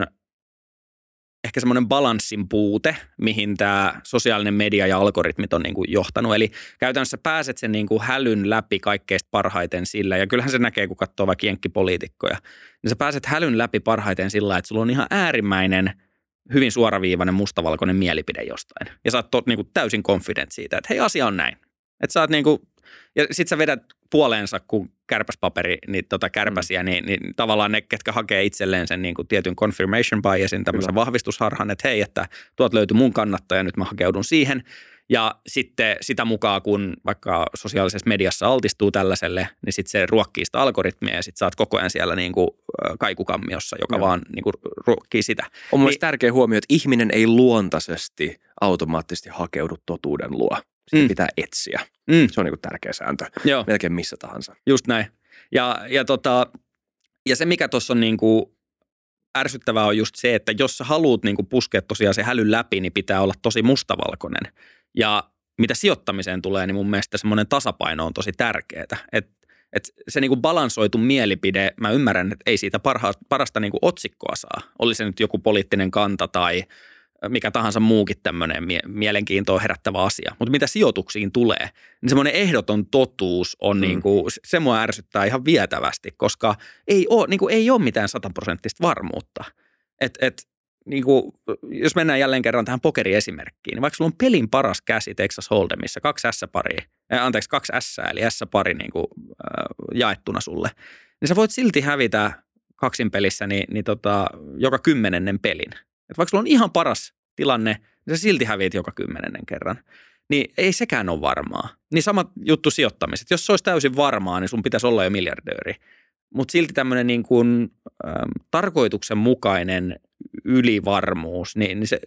S2: ehkä semmoinen balanssin puute, mihin tämä sosiaalinen media ja algoritmit on niin kuin johtanut. Eli käytännössä pääset sen niin kuin hälyn läpi kaikkeista parhaiten sillä, ja kyllähän se näkee, kun katsoo vaikka jenkkipoliitikkoja, niin sä pääset hälyn läpi parhaiten sillä, että sulla on ihan äärimmäinen, hyvin suoraviivainen, mustavalkoinen mielipide jostain. Ja sä oot to, niin kuin täysin confident siitä, että hei, asia on näin. Että sä oot niin kuin, ja sit sä vedät puoleensa, kun kärpäspaperi, niin tota kärpäsiä, niin, niin tavallaan ne, ketkä hakee itselleen sen niin kuin tietyn confirmation biasin, tämmöisen Kyllä. vahvistusharhan, että hei, että tuot löytyi mun kannattaja, nyt mä hakeudun siihen. Ja sitten sitä mukaan, kun vaikka sosiaalisessa mediassa altistuu tällaiselle, niin sitten se ruokkii sitä algoritmia ja sitten sä oot koko ajan siellä niin kuin kaikukammiossa, joka Joo. vaan niin kuin ruokkii sitä.
S1: On myös niin, tärkeä huomio, että ihminen ei luontaisesti automaattisesti hakeudu totuuden luo. Sitä mm. pitää etsiä. Mm. Se on niin kuin tärkeä sääntö. Joo. Melkein missä tahansa.
S2: Just näin. Ja, ja, tota, ja se, mikä tuossa on niin kuin ärsyttävää, on just se, että jos sä haluat niin kuin puskea tosiaan se hälyn läpi, niin pitää olla tosi mustavalkoinen. Ja mitä sijoittamiseen tulee, niin mun mielestä semmoinen tasapaino on tosi tärkeää. Että et se niin kuin balansoitu mielipide, mä ymmärrän, että ei siitä parha, parasta niin kuin otsikkoa saa. Oli se nyt joku poliittinen kanta tai mikä tahansa muukin tämmöinen mie- mielenkiintoa herättävä asia. Mutta mitä sijoituksiin tulee, niin semmoinen ehdoton totuus on mm. niin kuin, se mua ärsyttää ihan vietävästi, koska ei ole, niin kuin, ei ole mitään sataprosenttista varmuutta. Et, et, niin kuin, jos mennään jälleen kerran tähän pokeriesimerkkiin, niin vaikka sulla on pelin paras käsi Texas Hold'emissa, kaksi S-paria, äh, anteeksi, kaksi S, eli S-pari niin kuin, äh, jaettuna sulle, niin sä voit silti hävitä kaksin pelissä niin, niin tota, joka kymmenennen pelin. Että vaikka sulla on ihan paras tilanne, niin sä silti häviät joka kymmenennen kerran. Niin ei sekään ole varmaa. Niin sama juttu sijoittamiset. Jos se olisi täysin varmaa, niin sun pitäisi olla jo miljardööri. Mutta silti tämmöinen niin kuin äm, tarkoituksenmukainen ylivarmuus, niin, niin se,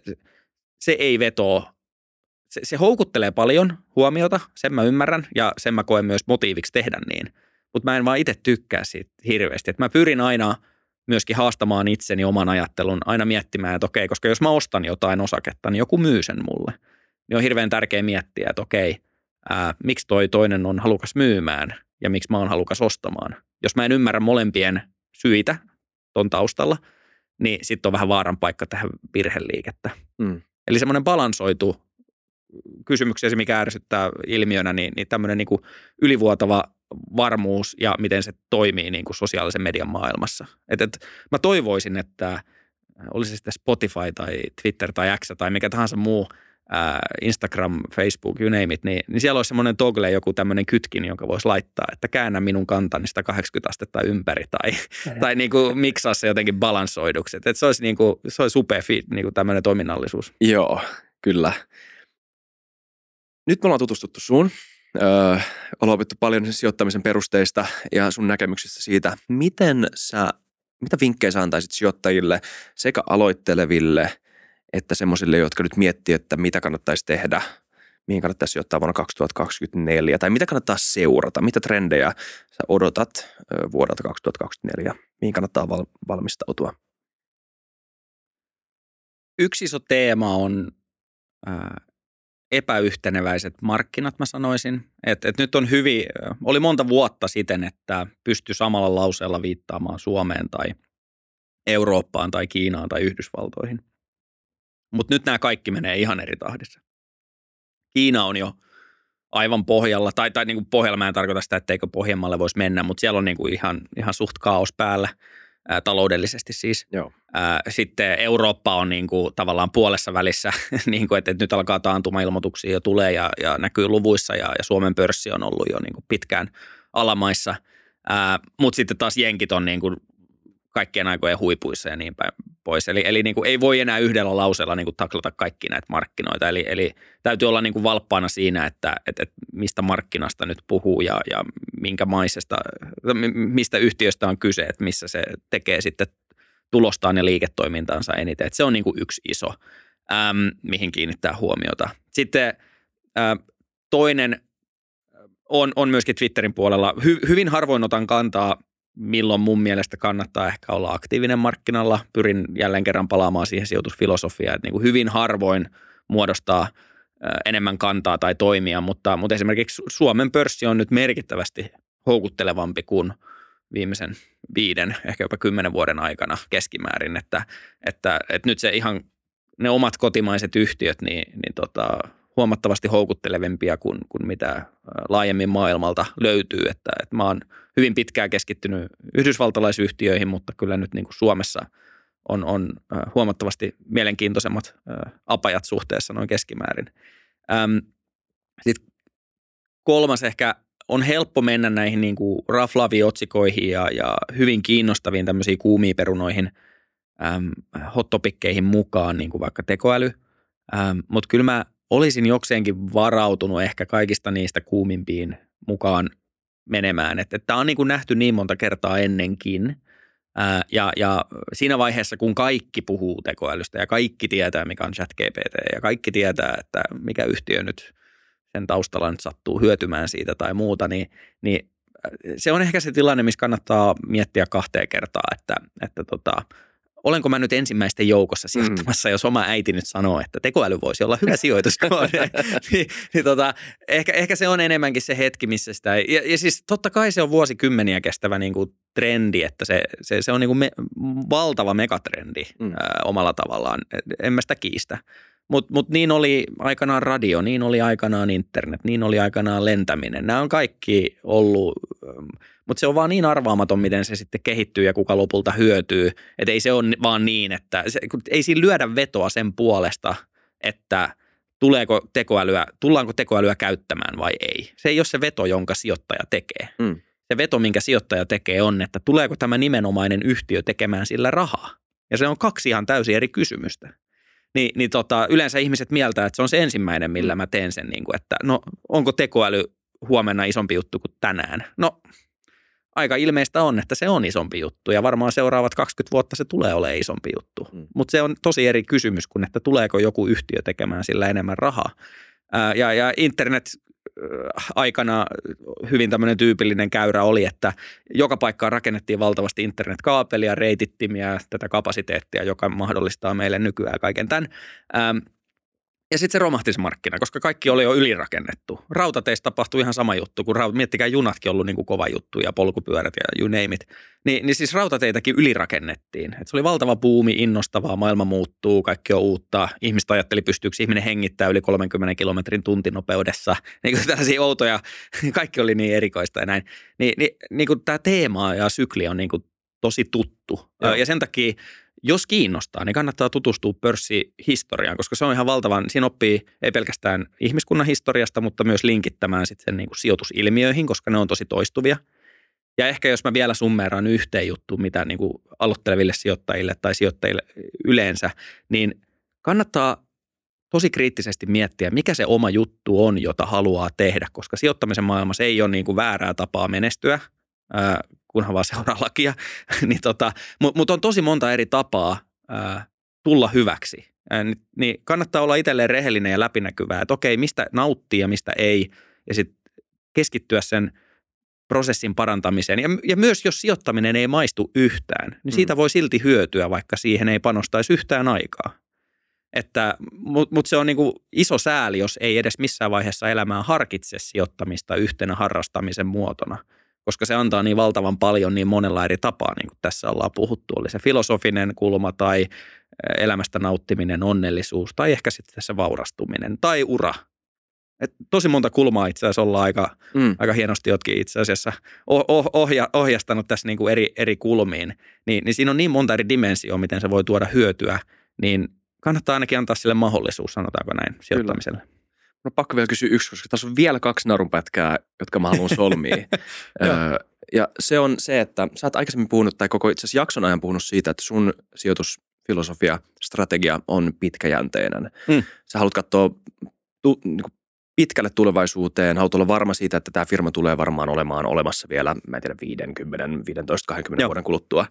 S2: se ei vetoo. Se, se houkuttelee paljon huomiota, sen mä ymmärrän, ja sen mä koen myös motiiviksi tehdä niin. Mutta mä en vaan itse tykkää siitä hirveästi. Että mä pyrin aina myöskin haastamaan itseni oman ajattelun, aina miettimään, että okei, koska jos mä ostan jotain osaketta, niin joku myy sen mulle. Niin on hirveän tärkeää miettiä, että okei, ää, miksi toi toinen on halukas myymään ja miksi mä oon halukas ostamaan. Jos mä en ymmärrä molempien syitä ton taustalla, niin sitten on vähän vaaran paikka tähän virheliikettä. Mm. Eli semmoinen balansoitu kysymyksiä, mikä ärsyttää ilmiönä, niin, niin tämmöinen niin kuin ylivuotava varmuus ja miten se toimii niin kuin sosiaalisen median maailmassa. Et, et, mä toivoisin, että olisi sitten Spotify tai Twitter tai X tai mikä tahansa muu, ää, Instagram, Facebook, you name it, niin, niin siellä olisi semmoinen toggle, joku tämmöinen kytkin, jonka voisi laittaa, että käännä minun kantani sitä kahdeksankymmentä astetta ympäri tai, tai niin kuin miksaa se jotenkin balansoiduksi. Et se olisi, niin kuin, se olisi upea niin kuin tämmöinen toiminnallisuus.
S1: Joo, kyllä. Nyt me ollaan tutustuttu sun. Öö, ollaan opittu paljon sijoittamisen perusteista ja sun näkemyksistä siitä, miten sä, mitä vinkkejä sä antaisit sijoittajille sekä aloitteleville että semmoisille, jotka nyt miettii, että mitä kannattaisi tehdä, mihin kannattaisi sijoittaa vuonna kaksituhattakaksikymmentäneljä, tai mitä kannattaa seurata, mitä trendejä sä odotat vuodelta kaksituhattakaksikymmentäneljä, mihin kannattaa val- valmistautua?
S2: Yksi iso teema on ää, epäyhteneväiset markkinat, mä sanoisin. Et, et nyt on hyvin, oli monta vuotta siten, että pystyi samalla lauseella viittaamaan Suomeen tai Eurooppaan tai Kiinaan tai Yhdysvaltoihin. Mutta nyt nämä kaikki menee ihan eri tahdissa. Kiina on jo aivan pohjalla, tai, tai niin kuin pohjalla mä en tarkoita sitä, etteikö pohjemmalle voisi mennä, mutta siellä on niin kuin ihan, ihan suht kaos päällä, ää, taloudellisesti siis.
S1: Joo.
S2: Ää, sitten Eurooppa on niin kuin tavallaan puolessa välissä, niin kuin, että, että nyt alkaa taantuma-ilmoituksia jo tulee ja, ja näkyy luvuissa, ja, ja Suomen pörssi on ollut jo niin kuin pitkään alamaissa, mutta sitten taas jenkit on niin kuin kaikkien aikojen huipuissa ja niin päin pois. Eli, eli niin kuin ei voi enää yhdellä lauseella niin kuin taklata kaikki näitä markkinoita. Eli, eli täytyy olla niin kuin valppaana siinä, että, että, että mistä markkinasta nyt puhuu ja, ja minkä maisesta, mistä yhtiöstä on kyse, että missä se tekee sitten tulostaan ja liiketoimintaansa eniten. Että se on niin kuin yksi iso, äm, mihin kiinnittää huomiota. Sitten ä, toinen on, on myöskin Twitterin puolella. Hy, hyvin harvoin otan kantaa, milloin mun mielestä kannattaa ehkä olla aktiivinen markkinalla. Pyrin jälleen kerran palaamaan siihen sijoitusfilosofiaan, että niin kuin hyvin harvoin muodostaa enemmän kantaa tai toimia, mutta, mutta esimerkiksi Suomen pörssi on nyt merkittävästi houkuttelevampi kuin viimeisen viiden, ehkä jopa kymmenen vuoden aikana keskimäärin, että, että, että nyt se ihan ne omat kotimaiset yhtiöt, niin, niin tota, huomattavasti houkuttelevimpia kuin, kuin mitä laajemmin maailmalta löytyy, että, että mä oon hyvin pitkään keskittynyt yhdysvaltalaisyhtiöihin, mutta kyllä nyt niin kuin Suomessa on, on huomattavasti mielenkiintoisemmat apajat suhteessa noin keskimäärin. Sitten kolmas ehkä on helppo mennä näihin niin kuin raflaaviin otsikoihin ja, ja hyvin kiinnostaviin tämmöisiin kuumiin perunoihin, äm, hot topikkeihin mukaan, niin kuin vaikka tekoäly, äm, mutta kyllä mä olisin jokseenkin varautunut ehkä kaikista niistä kuumimpiin mukaan menemään. Että tämä on niin kuin nähty niin monta kertaa ennenkin. Ää, ja, ja siinä vaiheessa, kun kaikki puhuu tekoälystä ja kaikki tietää, mikä on ChatGPT ja kaikki tietää, että mikä yhtiö nyt sen taustalla nyt sattuu hyötymään siitä tai muuta, niin, niin se on ehkä se tilanne, missä kannattaa miettiä kahteen kertaa, että, että tota, olenko mä nyt ensimmäisten joukossa sijoittamassa, mm. jos oma äiti nyt sanoo, että tekoäly voisi olla hyvä sijoitus. niin, niin tota, ehkä, ehkä se on enemmänkin se hetki, missä sitä, ja, ja siis totta kai se on vuosikymmeniä kestävä niin kuin trendi, että se, se, se on niin kuin me, valtava megatrendi mm. ää, omalla tavallaan, en mä sitä kiistä. Mutta mut niin oli aikanaan radio, niin oli aikanaan internet, niin oli aikanaan lentäminen. Nämä on kaikki ollut, mutta se on vaan niin arvaamaton, miten se sitten kehittyy ja kuka lopulta hyötyy. Että ei se ole vaan niin, että se, ei siinä lyödä vetoa sen puolesta, että tuleeko tekoälyä, tullaanko tekoälyä käyttämään vai ei. Se ei ole se veto, jonka sijoittaja tekee. Mm. Se veto, minkä sijoittaja tekee on, että tuleeko tämä nimenomainen yhtiö tekemään sillä rahaa. Ja se on kaksi ihan täysin eri kysymystä. Niin, niin tota, yleensä ihmiset mieltää, että se on se ensimmäinen, millä mä teen sen, niin kuin, että no onko tekoäly huomenna isompi juttu kuin tänään? No aika ilmeistä on, että se on isompi juttu ja varmaan seuraavat kaksikymmentä vuotta se tulee olemaan isompi juttu. Mm. Mutta se on tosi eri kysymys kuin, että tuleeko joku yhtiö tekemään sillä enemmän rahaa. Ää, ja, ja internet aikana hyvin tämmöinen tyypillinen käyrä oli, että joka paikkaan rakennettiin valtavasti internetkaapelia, reitittimiä, tätä kapasiteettia, joka mahdollistaa meille nykyään kaiken tämän. Ähm, ja sitten se romahti se markkina, koska kaikki oli jo ylirakennettu. Rautateissa tapahtui ihan sama juttu, kun raut- miettikää junatkin ollut niin kuin kova juttu ja polkupyörät ja you name it. Ni, niin siis rautateitäkin ylirakennettiin. Et se oli valtava buumi, innostavaa, maailma muuttuu, kaikki on uutta. Ihmiset ajatteli, pystyykö ihminen hengittää yli kolmenkymmenen kilometrin tuntinopeudessa. Niin kuin tällaisia outoja, kaikki oli niin erikoista ja näin. Ni, niin, niin kuin tämä teema ja sykli on niin kuin tosi tuttu. Ja, ja sen takia jos kiinnostaa, niin kannattaa tutustua pörssihistoriaan, koska se on ihan valtavan, siinä oppii ei pelkästään ihmiskunnan historiasta, mutta myös linkittämään sitten sen niin kuin sijoitusilmiöihin, koska ne on tosi toistuvia. Ja ehkä jos mä vielä summeeraan yhteen juttuun, mitä niin kuin aloitteleville sijoittajille tai sijoittajille yleensä, niin kannattaa tosi kriittisesti miettiä, mikä se oma juttu on, jota haluaa tehdä, koska sijoittamisen maailmassa ei ole niin kuin väärää tapaa menestyä, kunhan vaan seuraa lakia, niin tota, mutta mut on tosi monta eri tapaa ää, tulla hyväksi, niin kannattaa olla itselleen rehellinen ja läpinäkyvää, että okei, mistä nauttii ja mistä ei, ja sitten keskittyä sen prosessin parantamiseen. Ja, ja myös jos sijoittaminen ei maistu yhtään, niin siitä mm. voi silti hyötyä, vaikka siihen ei panostaisi yhtään aikaa. Että, Mutta mut se on niinku iso sääli, jos ei edes missään vaiheessa elämää harkitse sijoittamista yhtenä harrastamisen muotona, koska se antaa niin valtavan paljon niin monella eri tapaa, niin kuin tässä ollaan puhuttu. Oli se filosofinen kulma tai elämästä nauttiminen, onnellisuus tai ehkä sitten tässä vaurastuminen tai ura. Et tosi monta kulmaa itse asiassa ollaan aika, mm. aika hienosti jotkin itse asiassa ohja, ohjastanut tässä niinku eri, eri kulmiin. Ni, niin siinä on niin monta eri dimensioa, miten se voi tuoda hyötyä, niin kannattaa ainakin antaa sille mahdollisuus, sanotaanko näin, sijoittamiselle. Kyllä.
S1: No pakko vielä kysyä yksi, koska tässä on vielä kaksi narunpätkää, jotka mä haluan solmia. öö, ja se on se, että sä oot aikaisemmin puhunut, tai koko itse asiassa jakson ajan puhunut siitä, että sun sijoitusfilosofia, strategia on pitkäjänteinen. Mm. Sä haluat katsoa tu, niin kuin pitkälle tulevaisuuteen, haluat olla varma siitä, että tämä firma tulee varmaan olemaan olemassa vielä, mä en tiedä, viisikymmentä, viisitoista, kaksikymmentä Joo. vuoden kuluttua.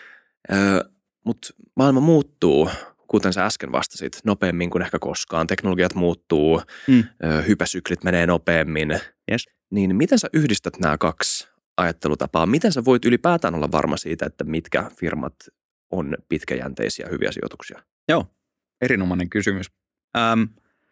S1: Öö, Mutta maailma muuttuu, kuten sä äsken vastasit, nopeammin kuin ehkä koskaan. Teknologiat muuttuu, mm. hypäsyklit menee nopeammin.
S2: Yes.
S1: Niin miten sä yhdistät nämä kaksi ajattelutapaa? Miten sä voit ylipäätään olla varma siitä, että mitkä firmat on pitkäjänteisiä hyviä sijoituksia?
S2: Joo, erinomainen kysymys. Ähm,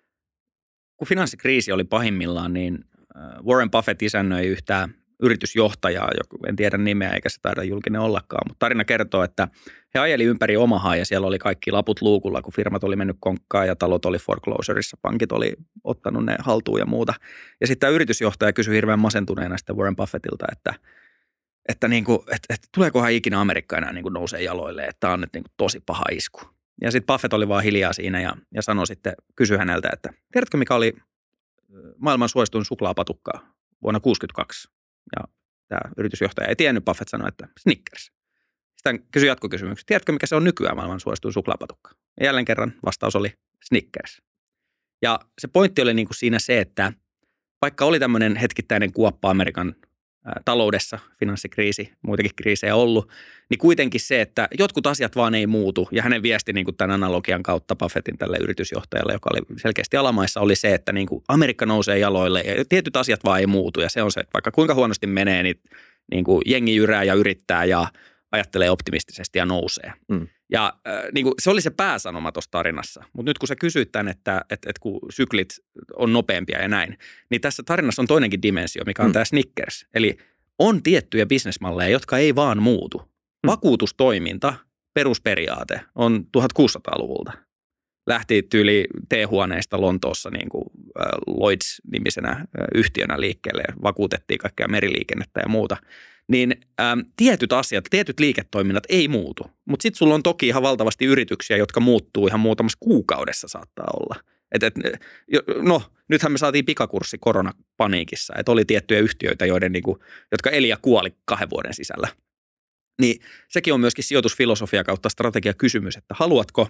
S2: kun finanssikriisi oli pahimmillaan, niin Warren Buffett isännöi yhtä yritysjohtajaa, joku en tiedä nimeä eikä se taida julkinen ollakaan, mutta tarina kertoo, että he ajeli ympäri Omahaa ja siellä oli kaikki laput luukulla, kun firmat oli mennyt konkkaan ja talot oli foreclosureissa, pankit oli ottanut ne haltuun ja muuta. Ja sitten tämä yritysjohtaja kysyi hirveän masentuneena sitten Warren Buffettilta, että, että, niin kuin, että, että tuleekohan ikinä Amerikka enää niin kuin nousee jaloille, että tämä on nyt niin kuin tosi paha isku. Ja sitten Buffett oli vaan hiljaa siinä ja, ja sanoi sitten, kysyi häneltä, että tiedätkö mikä oli maailman suosituin suklaapatukka vuonna kuusikymmentäkaksi? Ja tämä yritysjohtaja ei tiennyt, Buffett sanoi, että Snickers. Sitten kysyi jatkokysymyksiä. Tiedätkö, mikä se on nykyään maailman suosituin suklaapatukka? Ja jälleen kerran vastaus oli Snickers. Ja se pointti oli niin kuin siinä se, että vaikka oli tämmöinen hetkittäinen kuoppa Amerikan ää, taloudessa, finanssikriisi, muitakin kriisejä ollut, niin kuitenkin se, että jotkut asiat vaan ei muutu. Ja hänen viesti niin kuin tämän analogian kautta Buffettin tälle yritysjohtajalle, joka oli selkeästi alamaissa, oli se, että niin kuin Amerikka nousee jaloille ja tietyt asiat vaan ei muutu. Ja se on se, että vaikka kuinka huonosti menee, niin, niin kuin jengi jyrää ja yrittää ja ajattelee optimistisesti ja nousee. Mm. Ja äh, niin kuin se oli se pääsanoma tuossa tarinassa. Mutta nyt kun sä kysyt tämän, että, että, että kun syklit on nopeampia ja näin, niin tässä tarinassa on toinenkin dimensio, mikä on mm. tämä Snickers. Eli on tiettyjä bisnesmalleja, jotka ei vaan muutu. Mm. Vakuutustoiminta, perusperiaate, on tuhatkuusisataaluvulta. Lähti tyyli T-huoneista Lontoossa niin kuin Lloyds-nimisenä yhtiönä liikkeelle. Vakuutettiin kaikkea meriliikennettä ja muuta. Niin äm, tietyt asiat, tietyt liiketoiminnat ei muutu. Mutta sitten sulla on toki ihan valtavasti yrityksiä, jotka muuttuu ihan muutamassa kuukaudessa saattaa olla. Et, et, no, nythän me saatiin pikakurssi koronapaniikissa, että oli tiettyjä yhtiöitä, joiden, niinku, jotka eli ja kuoli kahden vuoden sisällä. Niin sekin on myöskin sijoitusfilosofia kautta strategiakysymys, että haluatko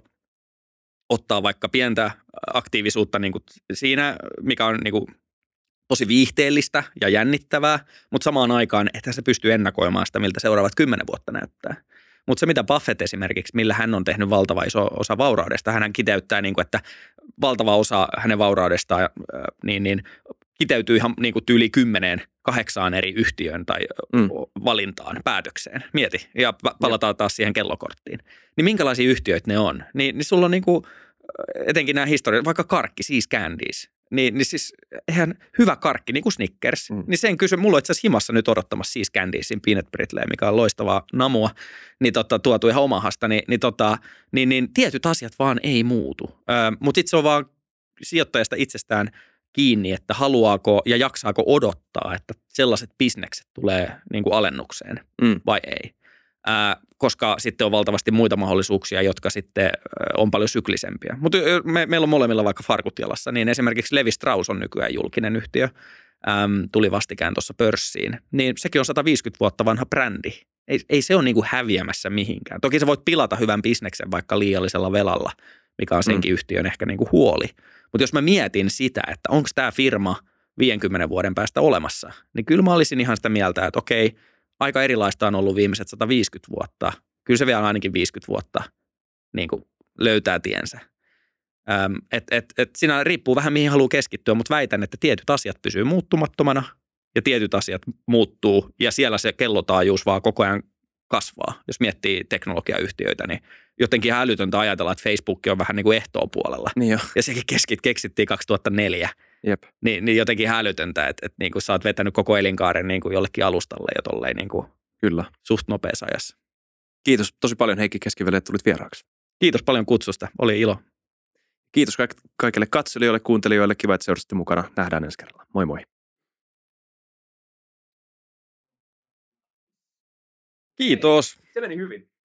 S2: ottaa vaikka pientä aktiivisuutta niin kuin siinä, mikä on niin kuin tosi viihteellistä ja jännittävää, mutta samaan aikaan, että se pystyy ennakoimaan sitä, miltä seuraavat kymmenen vuotta näyttää. Mutta se, mitä Buffett esimerkiksi, millä hän on tehnyt valtava iso osa vauraudesta, hän kiteyttää, niin kuin, että valtava osa hänen vauraudestaan niin, niin, kiteytyy ihan niin kuin tyyli kymmeneen, kahdeksaan eri yhtiöön tai mm. valintaan, päätökseen. Mieti, ja palataan taas siihen kellokorttiin. Niin minkälaisia yhtiöitä ne on? Niin, niin sulla on niin kuin, etenkin nämä historiat, vaikka karkki, siis Candies. Niin, niin siis ihan hyvä karkki, niin kuin Snickers. Mm. Niin sen kysy, mulla on itse asiassa himassa nyt odottamassa siis Candiesin Peanut Brittle, mikä on loistavaa namua, niin tota, tuotu ihan Omahasta, niin, niin, tota, niin, niin tietyt asiat vaan ei muutu. Öö, mutta sitten se on vaan sijoittajasta itsestään kiinni, että haluaako ja jaksaako odottaa, että sellaiset bisnekset tulee niin kuin alennukseen mm. vai ei. Ää, koska sitten on valtavasti muita mahdollisuuksia, jotka sitten on paljon syklisempiä. Mutta me, meillä on molemmilla vaikka farkut jalassa, niin esimerkiksi Levi Strauss on nykyään julkinen yhtiö, äm, tuli vastikään tuossa pörssiin, niin sekin on sata viisikymmentä vuotta vanha brändi. Ei, ei se ole niinku häviämässä mihinkään. Toki sä voit pilata hyvän bisneksen vaikka liiallisella velalla, mikä on senkin mm. yhtiön ehkä niinku huoli. Mutta jos mä mietin sitä, että onko tämä firma viidenkymmenen vuoden päästä olemassa, niin kyllä mä olisin ihan sitä mieltä, että okei, aika erilaista on ollut viimeiset sata viisikymmentä vuotta. Kyllä se vielä ainakin viisikymmentä vuotta niin kuin löytää tiensä. Ähm, et, et, et siinä riippuu vähän mihin haluaa keskittyä, mutta väitän, että tietyt asiat pysyy muuttumattomana ja tietyt asiat muuttuu ja siellä se kellotaajuus vaan koko ajan kasvaa. Jos miettii teknologiayhtiöitä, niin jotenkin ihan älytöntä ajatella, että Facebook on vähän niin kuin ehtoopuolella.
S1: Niin jo.
S2: Ja sekin keskit, keksittiin kaksituhattaneljä.
S1: Jep.
S2: Niin, niin jotenkin ihan älytöntä, että, että niin kuin sä oot vetänyt koko elinkaaren niin kuin jollekin alustalle ja tolleen niin kuin
S1: Kyllä.
S2: suht nopeassa ajassa.
S1: Kiitos tosi paljon Heikki Keskiveli, että tulit vieraaksi.
S2: Kiitos paljon kutsusta. Oli ilo.
S1: Kiitos kaik- kaikille katselijoille, kuuntelijoille. Kiva, että seurasitte mukana. Nähdään ensi kerralla. Moi moi.
S2: Kiitos.
S1: Se meni hyvin.